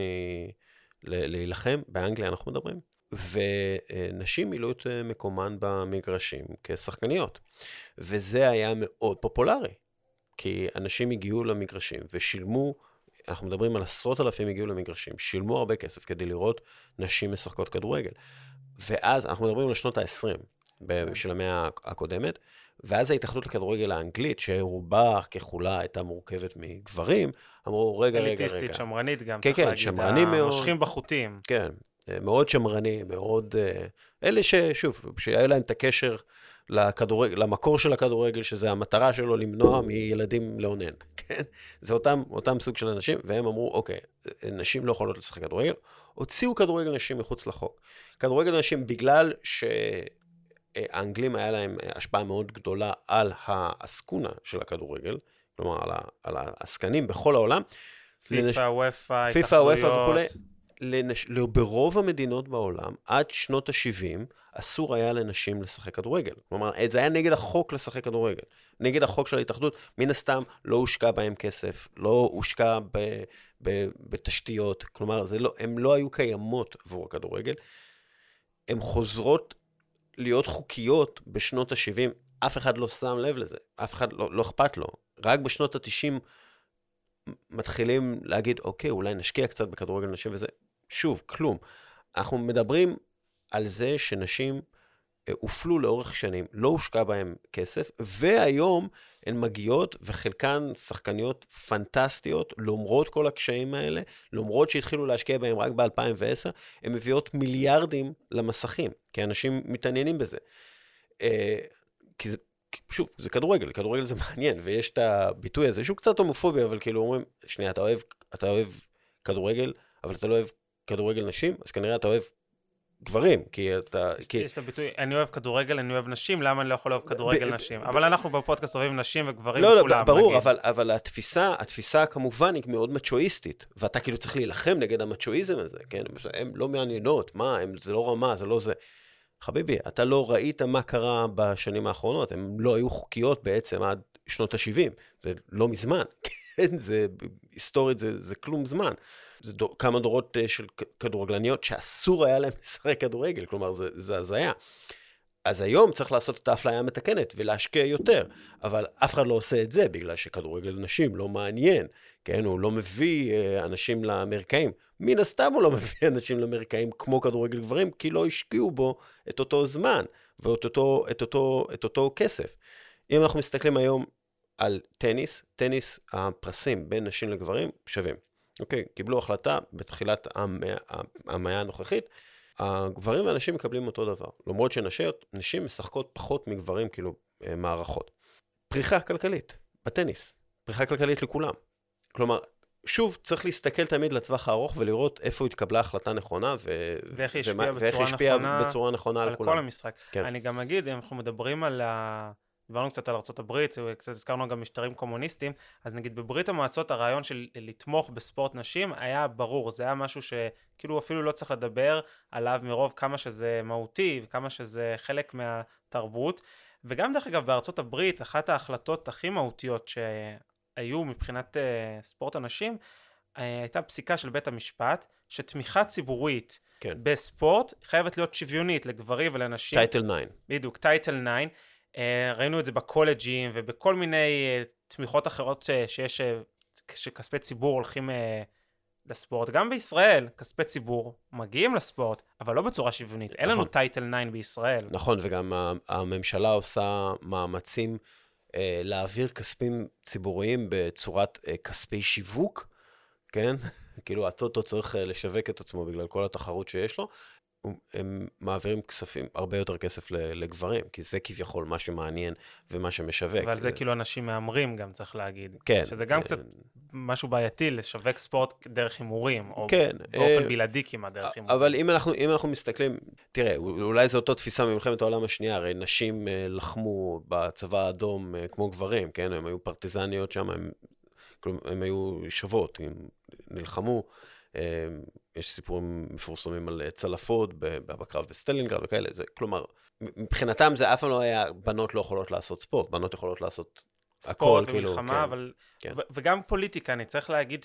להילחם, באנגליה אנחנו מדברים, ונשים מילאו את מקומן במגרשים כשחקניות. וזה היה מאוד פופולרי, כי אנשים הגיעו למגרשים ושילמו, אנחנו מדברים על עשרות אלפים הגיעו למגרשים, שילמו הרבה כסף כדי לראות נשים משחקות כדורגל. ואז אנחנו מדברים על שנות ה-עשרים של המאה הקודמת, ואז ההתאחדות לכדורגל האנגלית, שרובה ככולה הייתה מורכבת מגברים, אמרו, רגע, רגע, רגע. אליטיסטית, שמרנית גם, כן, כן, שמרני מאוד. מושכים בחוטים. כן, מאוד שמרני, מאוד... אלה ששוב, שהיה להם את הקשר לכדורגל, למקור של הכדורגל, שזה המטרה שלו למנוע מילדים לאונן. כן? זה אותם, אותם סוג של אנשים, והם אמרו, אוקיי, נשים לא יכולות לשחק כדורגל, הוציאו כדורגל נשים מחוץ לחוק. כדורגל נשים בגלל ש... האנגלים היה להם השפעה מאוד גדולה על האסקונה של הכדורגל, כלומר על, ה, על העסקנים בכל העולם. פיפה, וופא, פיפה, וופא וכולי. לנש... ברוב המדינות בעולם, עד שנות ה-שבעים, אסור היה לנשים לשחק כדורגל. כלומר, זה היה נגד החוק לשחק כדורגל. נגד החוק של ההתאחדות, מן הסתם לא הושקע בהם כסף, לא הושקע ב... ב... בתשתיות, כלומר, זה לא... הם לא היו קיימות עבור הכדורגל. הן חוזרות להיות חוקיות בשנות ה-שבעים, אף אחד לא שם לב לזה, אף אחד לא, לא אכפת לו. רק בשנות ה-תשעים מתחילים להגיד, אוקיי, אולי נשקיע קצת בכדורגל נשים, וזה, שוב, כלום. אנחנו מדברים על זה שנשים הופלו לאורך שנים, לא הושקע בהם כסף, והיום הן מגיעות, וחלקן שחקניות פנטסטיות, למרות כל הקשיים האלה, למרות שהתחילו להשקיע בהם רק ב-אלפיים ועשר, הן מביאות מיליארדים למסכים, כי אנשים מתעניינים בזה. כי זה, שוב, זה כדורגל, כדורגל זה מעניין, ויש את הביטוי הזה, שהוא קצת הומופובי, אבל כאילו אומרים, שנייה, אתה אוהב, אתה אוהב כדורגל, אבל אתה לא אוהב כדורגל נשים, אז כנראה אתה אוהב גברים, כי אתה... יש, כי... יש את הביטוי, אני אוהב כדורגל, אני אוהב נשים, למה אני לא יכול לאהוב כדורגל ב... נשים? ב... אבל אנחנו בפודקאסט אוהבים נשים וגברים לא, וכולם. לא, ברור, אבל, אבל התפיסה, התפיסה כמובן היא מאוד מצ'ואיסטית, ואתה כאילו צריך להילחם נגד המצ'ואיזם הזה, כן? הם לא מעניינות, מה, הם, זה לא רמה, זה לא זה. חביבי, אתה לא ראית מה קרה בשנים האחרונות, הם לא היו חוקיות בעצם עד שנות ה-שבעים, זה לא מזמן, כן? זה, היסטורית זה, זה כלום זמן. זה דור, כמה דורות uh, של כדורגלניות שאסור היה להם לשחק כדורגל, כלומר זה, זה הזיה. אז היום צריך לעשות את האפליה המתקנת ולהשקיע יותר, אבל אף אחד לא עושה את זה, בגלל שכדורגל נשים לא מעניין, כן? הוא לא מביא uh, אנשים לאמריקאים. מן הסתם הוא לא מביא אנשים לאמריקאים כמו כדורגל גברים, כי לא השקיעו בו את אותו זמן ואת אותו, את אותו, את אותו כסף. אם אנחנו מסתכלים היום על טניס, טניס הפרסים בין נשים לגברים שווים. אוקיי, קיבלו החלטה בתחילת המאה, המאה הנוכחית, הגברים והנשים מקבלים אותו דבר, למרות שנשים משחקות פחות מגברים, כאילו, מערכות. פריחה כלכלית, בטניס, פריחה כלכלית לכולם. כלומר, שוב, צריך להסתכל תמיד לטווח הארוך ולראות איפה התקבלה החלטה נכונה, ו... ואיך היא השפיעה ומה... בצורה, ואיך השפיעה נכונה, בצורה נכונה על, על כולם. כל המשחק. כן. אני גם אגיד, אם אנחנו מדברים על ה... דיברנו קצת על ארצות הברית, וקצת הזכרנו גם משטרים קומוניסטיים, אז נגיד בברית המועצות הרעיון של לתמוך בספורט נשים היה ברור, זה היה משהו שכאילו אפילו לא צריך לדבר עליו מרוב כמה שזה מהותי, וכמה שזה חלק מהתרבות, וגם דרך אגב בארצות הברית, אחת ההחלטות הכי מהותיות שהיו מבחינת uh, ספורט הנשים, uh, הייתה פסיקה של בית המשפט, שתמיכה ציבורית כן. בספורט חייבת להיות שוויונית לגברים ולנשים. טייטל תשע. בדיוק, טייטל תשע. Uh, ראינו את זה בקולג'ים ובכל מיני uh, תמיכות אחרות uh, שיש, uh, שכספי ציבור הולכים uh, לספורט. גם בישראל, כספי ציבור מגיעים לספורט, אבל לא בצורה שוויונית. נכון. אין לנו טייטל תשע בישראל. נכון, וגם הממשלה עושה מאמצים uh, להעביר כספים ציבוריים בצורת uh, כספי שיווק, כן? כאילו הטוטו צריך uh, לשווק את עצמו בגלל כל התחרות שיש לו. הם מעבירים כספים, הרבה יותר כסף לגברים, כי זה כביכול מה שמעניין ומה שמשווק. אבל זה כאילו אנשים מאמרים גם, צריך להגיד. כן. שזה גם קצת משהו בעייתי, לשווק ספורט דרך הימורים, או כן. באופן בלעדי כמעט דרך הימורים. אבל אם אנחנו, אם אנחנו מסתכלים, תראה, אולי זו אותו תפיסה ממלחמת העולם השנייה, הרי נשים לחמו בצבא האדום כמו גברים, כן? הם היו פרטיזניות שם, הם, הם היו שוות, הם נלחמו, יש סיפורים מפורסמים על צלפות בקרב בסטלינגרד וכאלה, זה, כלומר, מבחינתם זה אף פעם לא היה, בנות לא יכולות לעשות ספורט, בנות יכולות לעשות ספורט הכל, ומלחמה, כאילו, אבל, כן. ו- וגם פוליטיקה, אני צריך להגיד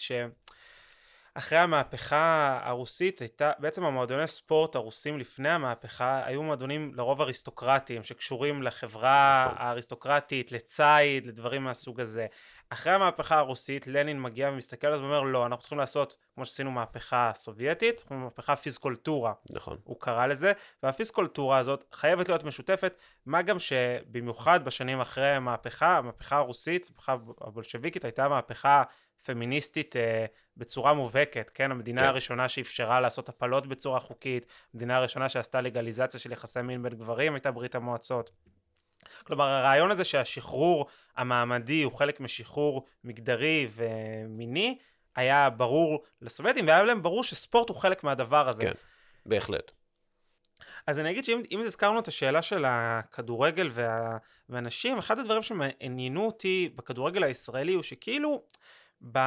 שאחרי המהפכה הרוסית, הייתה, בעצם המועדוני ספורט הרוסים לפני המהפכה, היו מועדונים לרוב אריסטוקרטיים, שקשורים לחברה נכון. האריסטוקרטית, לצייד, לדברים מהסוג הזה. אחרי המהפכה הרוסית, לנין מגיע ומסתכל על זה ואומר, לא, אנחנו צריכים לעשות, כמו שעשינו מהפכה סובייטית, צריכים מהפכה פיסקולטורה. נכון. הוא קרא לזה, והפיסקולטורה הזאת חייבת להיות משותפת, מה גם שבמיוחד בשנים אחרי המהפכה, המהפכה הרוסית, המהפכה הבולשביקית, הייתה מהפכה פמיניסטית אה, בצורה מובהקת, כן? המדינה כן. הראשונה שאפשרה לעשות הפלות בצורה חוקית, המדינה הראשונה שעשתה לגליזציה של יחסי מין בין גברים, הייתה ברית המועצות. כלומר, הרעיון הזה שהשחרור המעמדי הוא חלק משחרור מגדרי ומיני, היה ברור לסובייטים, והיה להם ברור שספורט הוא חלק מהדבר הזה. כן, בהחלט. אז אני אגיד שאם הזכרנו את השאלה של הכדורגל וה, והנשים, אחד הדברים שמעניינו אותי בכדורגל הישראלי הוא שכאילו ב,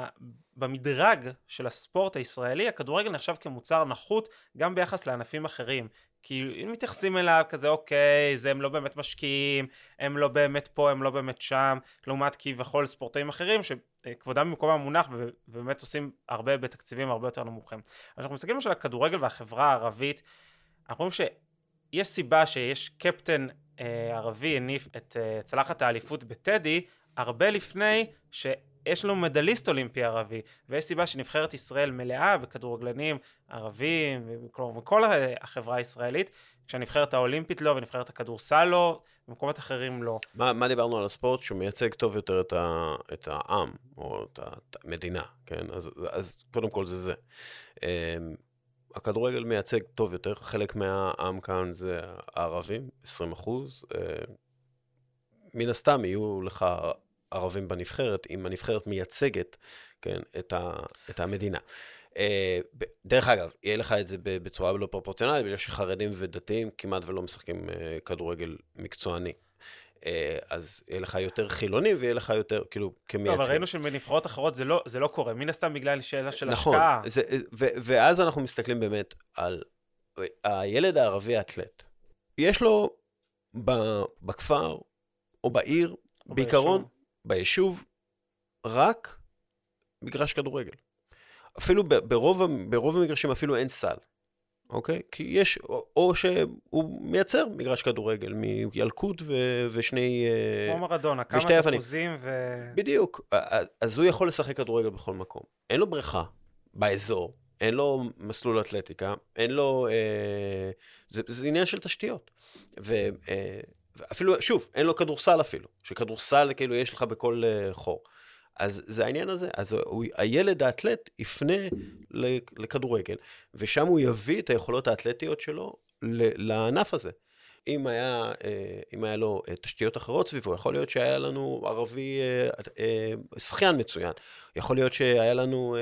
במדרג של הספורט הישראלי, הכדורגל נחשב כמוצר נחות גם ביחס לענפים אחרים. כי אם מתייחסים אליו כזה, אוקיי, זה הם לא באמת משקיעים, הם לא באמת פה, הם לא באמת שם, לעומת כביכול ספורטאים אחרים שכבודם במקום המונח ובאמת עושים הרבה בתקציבים הרבה יותר נמוכים. אנחנו מסתכלים על הכדורגל והחברה הערבית, אנחנו רואים שיש סיבה שיש קפטן אה, ערבי הניף את אה, צלחת האליפות בטדי, הרבה לפני שיש לנו מדליסט אולימפי ערבי, ויש סיבה שנבחרת ישראל מלאה בכדורגלנים ערבים, וכלומר, מכל החברה הישראלית, כשהנבחרת האולימפית לא, ונבחרת הכדורסל לא, במקומות אחרים לא. מה, מה דיברנו על הספורט? שהוא מייצג טוב יותר את, ה, את העם, או את המדינה, כן? אז, אז קודם כל זה זה. הכדורגל מייצג טוב יותר, חלק מהעם כאן זה הערבים, עשרים אחוז. מן הסתם יהיו לך ערבים בנבחרת, אם הנבחרת מייצגת, כן, את, ה, את המדינה. דרך אגב, יהיה לך את זה בצורה לא פרופורציונלית, בגלל שחרדים ודתיים כמעט ולא משחקים כדורגל מקצועני. אז יהיה לך יותר חילוני ויהיה לך יותר, כאילו, כמייצג. אבל ראינו שבנבחרות אחרות זה לא, זה לא קורה, מן הסתם בגלל שאלה של נכון, השקעה. זה, ו, ואז אנחנו מסתכלים באמת על הילד הערבי האתלט. יש לו בכפר או בעיר, או בעיקרון, ביישוב. ביישוב, רק מגרש כדורגל. אפילו ברוב, ברוב המגרשים אפילו אין סל. אוקיי? כי יש, או, או שהוא מייצר מגרש כדורגל, מילקוט ו, ושני... כמו מרדונה, כמה תפוזים ו... בדיוק. אז הוא יכול לשחק כדורגל בכל מקום. אין לו בריכה באזור, אין לו מסלול אתלטיקה, אין לו... אה, זה, זה עניין של תשתיות. ו, אה, ואפילו, שוב, אין לו כדורסל אפילו, שכדורסל כאילו יש לך בכל אה, חור. אז זה העניין הזה, אז הוא, הילד האתלט יפנה לכדורגל, ושם הוא יביא את היכולות האתלטיות שלו לענף הזה. אם היה, אם היה לו תשתיות אחרות סביבו, יכול להיות שהיה לנו ערבי שחיין מצוין, יכול להיות שהיה לנו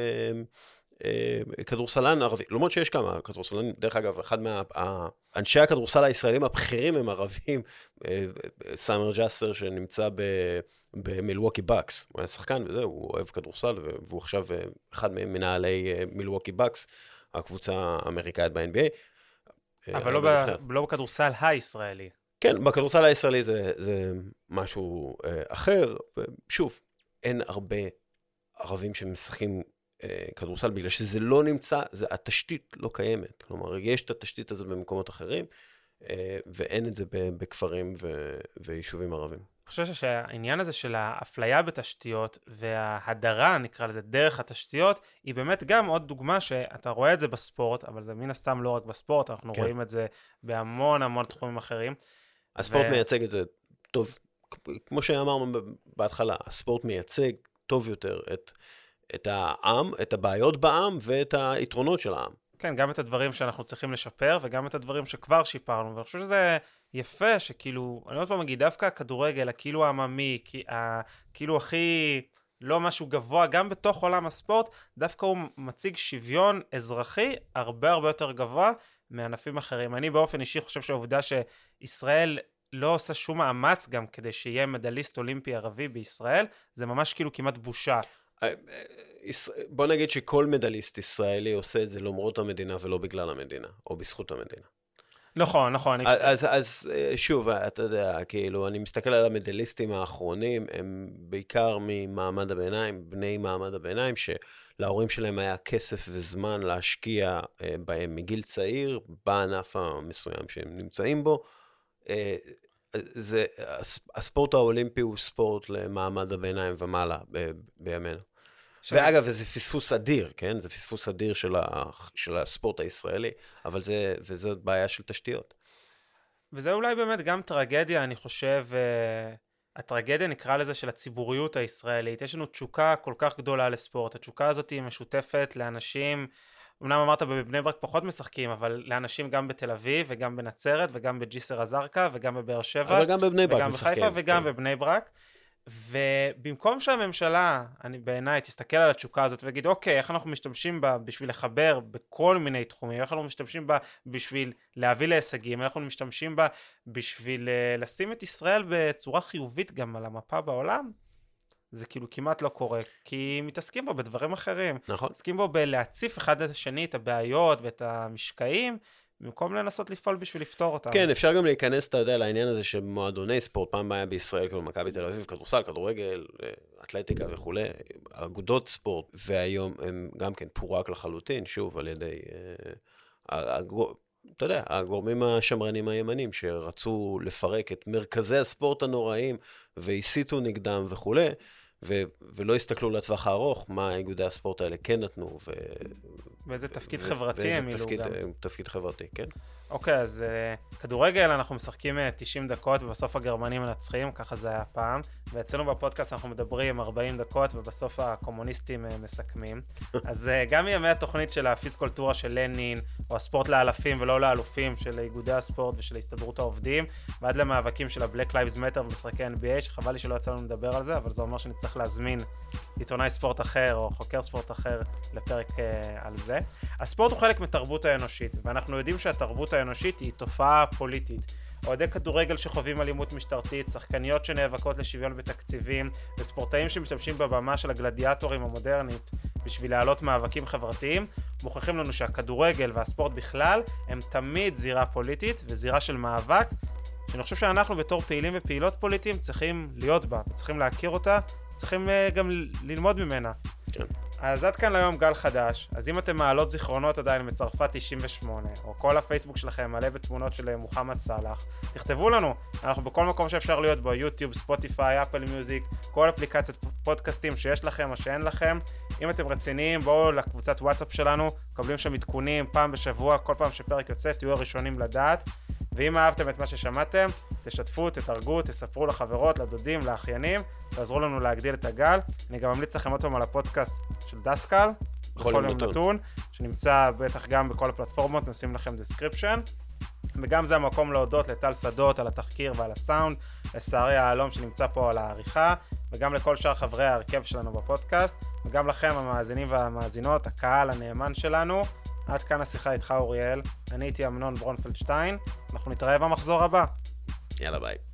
כדורסלן ערבי, למרות שיש כמה כדורסלנים, דרך אגב, אחד מהאנשי הכדורסל הישראלים הבכירים הם ערבים, סאמר ג'אסר שנמצא במילווקי בקס, הוא היה שחקן וזה, הוא אוהב כדורסל, והוא עכשיו אחד ממנהלי מילווקי בקס, הקבוצה האמריקאית ב-אן בי איי. אבל לא, ב, לא בכדורסל הישראלי. כן, בכדורסל הישראלי זה, זה משהו אה, אחר. שוב, אין הרבה ערבים שמשחקים אה, כדורסל, בגלל שזה לא נמצא, זה, התשתית לא קיימת. כלומר, יש את התשתית הזאת במקומות אחרים, אה, ואין את זה בכפרים ו, ויישובים ערבים. אני חושב שהעניין הזה של האפליה בתשתיות וההדרה, נקרא לזה, דרך התשתיות, היא באמת גם עוד דוגמה שאתה רואה את זה בספורט, אבל זה מן הסתם לא רק בספורט, אנחנו כן. רואים את זה בהמון המון תחומים אחרים. הספורט ו... מייצג את זה טוב, כמו שאמרנו בהתחלה, הספורט מייצג טוב יותר את, את העם, את הבעיות בעם ואת היתרונות של העם. כן, גם את הדברים שאנחנו צריכים לשפר, וגם את הדברים שכבר שיפרנו, ואני חושב שזה יפה, שכאילו, אני עוד פעם אגיד, דווקא הכדורגל, הכאילו העממי, כאילו הכי לא משהו גבוה, גם בתוך עולם הספורט, דווקא הוא מציג שוויון אזרחי הרבה הרבה יותר גבוה מענפים אחרים. אני באופן אישי חושב שהעובדה שישראל לא עושה שום מאמץ גם כדי שיהיה מדליסט אולימפי ערבי בישראל, זה ממש כאילו כמעט בושה. בוא נגיד שכל מדליסט ישראלי עושה את זה למרות המדינה ולא בגלל המדינה, או בזכות המדינה. נכון, נכון. אז, אז שוב, אתה יודע, כאילו, אני מסתכל על המדליסטים האחרונים, הם בעיקר ממעמד הביניים, בני מעמד הביניים, שלהורים שלהם היה כסף וזמן להשקיע בהם מגיל צעיר, בענף המסוים שהם נמצאים בו. זה, הספורט האולימפי הוא ספורט למעמד הביניים ומעלה בימינו. ואגב, זה פספוס אדיר, כן? זה פספוס אדיר של, ה... של הספורט הישראלי, אבל זה, וזאת בעיה של תשתיות. וזה אולי באמת גם טרגדיה, אני חושב, הטרגדיה נקרא לזה של הציבוריות הישראלית. יש לנו תשוקה כל כך גדולה לספורט. התשוקה הזאת היא משותפת לאנשים, אמנם אמרת בבני ברק פחות משחקים, אבל לאנשים גם בתל אביב וגם בנצרת וגם בג'יסר א-זרקא וגם בבאר שבע. אבל גם בבני ברק וגם משחקים. בחיפה וגם כן. בבני ברק. ובמקום שהממשלה, אני בעיניי, תסתכל על התשוקה הזאת ויגיד, אוקיי, איך אנחנו משתמשים בה בשביל לחבר בכל מיני תחומים, איך אנחנו משתמשים בה בשביל להביא להישגים, איך אנחנו משתמשים בה בשביל לשים את ישראל בצורה חיובית גם על המפה בעולם, זה כאילו כמעט לא קורה, כי מתעסקים בו בדברים אחרים. נכון. מתעסקים בו בלהציף אחד את השני את הבעיות ואת המשקעים, במקום לנסות לפעול בשביל לפתור אותם. כן, אפשר גם להיכנס, אתה יודע, לעניין הזה שמועדוני ספורט, פעם היה בישראל, כאילו מכבי תל אביב, כדורסל, כדורגל, אתלטיקה וכו', אגודות ספורט, והיום הם גם כן פורק לחלוטין, שוב, על ידי, אתה יודע, הגורמים השמרנים הימנים, שרצו לפרק את מרכזי הספורט הנוראים, והסיתו נגדם וכו', ו- ולא הסתכלו לטווח הארוך, מה איגודי הספורט האלה כן נתנו, ו... ואיזה תפקיד חברתי הם מילאו גם. תפקיד חברתי, כן. אוקיי, אז uh, כדורגל אנחנו משחקים uh, תשעים דקות, ובסוף הגרמנים מנצחים, ככה זה היה פעם, ואצלנו בפודקאסט אנחנו מדברים ארבעים דקות, ובסוף הקומוניסטים uh, מסכמים. אז uh, גם מימי התוכנית של הפיסקולטורה של לנין, או הספורט לאלפים ולא לאלופים של איגודי הספורט ושל הסתדרות העובדים, ועד למאבקים של ה-Black Lives Matter ומשחקי אן בי איי, שחבל לי שלא יצא לנו לדבר על זה, אבל זה אומר שנצטרך להזמין עיתונאי ספורט אחר או חוקר ספורט אחר לפרק uh, על זה. הספורט הוא חלק מתרבות האנושית, ואנחנו יודעים שהתרבות האנושית היא תופעה פוליטית. אוהדי כדורגל שחווים אלימות משטרתית, שחקניות שנאבקות לשוויון בתקציבים, וספורטאים שמשתמשים בבמה של הגלדיאטורים המודרנית בשביל להעלות מאבקים חברתיים, מוכיחים לנו שהכדורגל והספורט בכלל הם תמיד זירה פוליטית וזירה של מאבק, שאני חושב שאנחנו בתור פעילים ופעילות פוליטיים צריכים להיות בה, צריכים להכיר אותה, צריכים גם ללמוד ממנה. כן. אז עד כאן ליום גל חדש, אז אם אתם מעלות זיכרונות עדיין מצרפת תשעים ושמונה, או כל הפייסבוק שלכם מלא בתמונות של מוחמד סלאח, תכתבו לנו, אנחנו בכל מקום שאפשר להיות בו, יוטיוב, ספוטיפיי, אפל מיוזיק, כל אפליקציית פודקאסטים שיש לכם או שאין לכם. אם אתם רציניים, בואו לקבוצת וואטסאפ שלנו, מקבלים שם עדכונים פעם בשבוע, כל פעם שפרק יוצא, תהיו הראשונים לדעת. ואם אהבתם את מה ששמעתם, תשתפו, תתרגו, תספרו לחברות, לדודים, לאחיינים, תעזרו לנו להגדיל את הגל. אני גם ממליץ לכם עוד פעם על הפודקאסט של דסקל, בכל יום נתון, שנמצא בטח גם בכל הפלטפורמות, נשים לכם דסקריפשן. וגם זה המקום להודות לטל שדות על התחקיר ועל הסאונד, לשערי העלום שנמצא פה על העריכה, וגם לכל שאר חברי ההרכב שלנו בפודקאסט, וגם לכם המאזינים והמאזינות, הקהל הנאמן שלנו. עד כאן השיחה איתך אוריאל, אני הייתי אמנון ברונפלדשטיין, אנחנו נתראה במחזור הבא. יאללה ביי.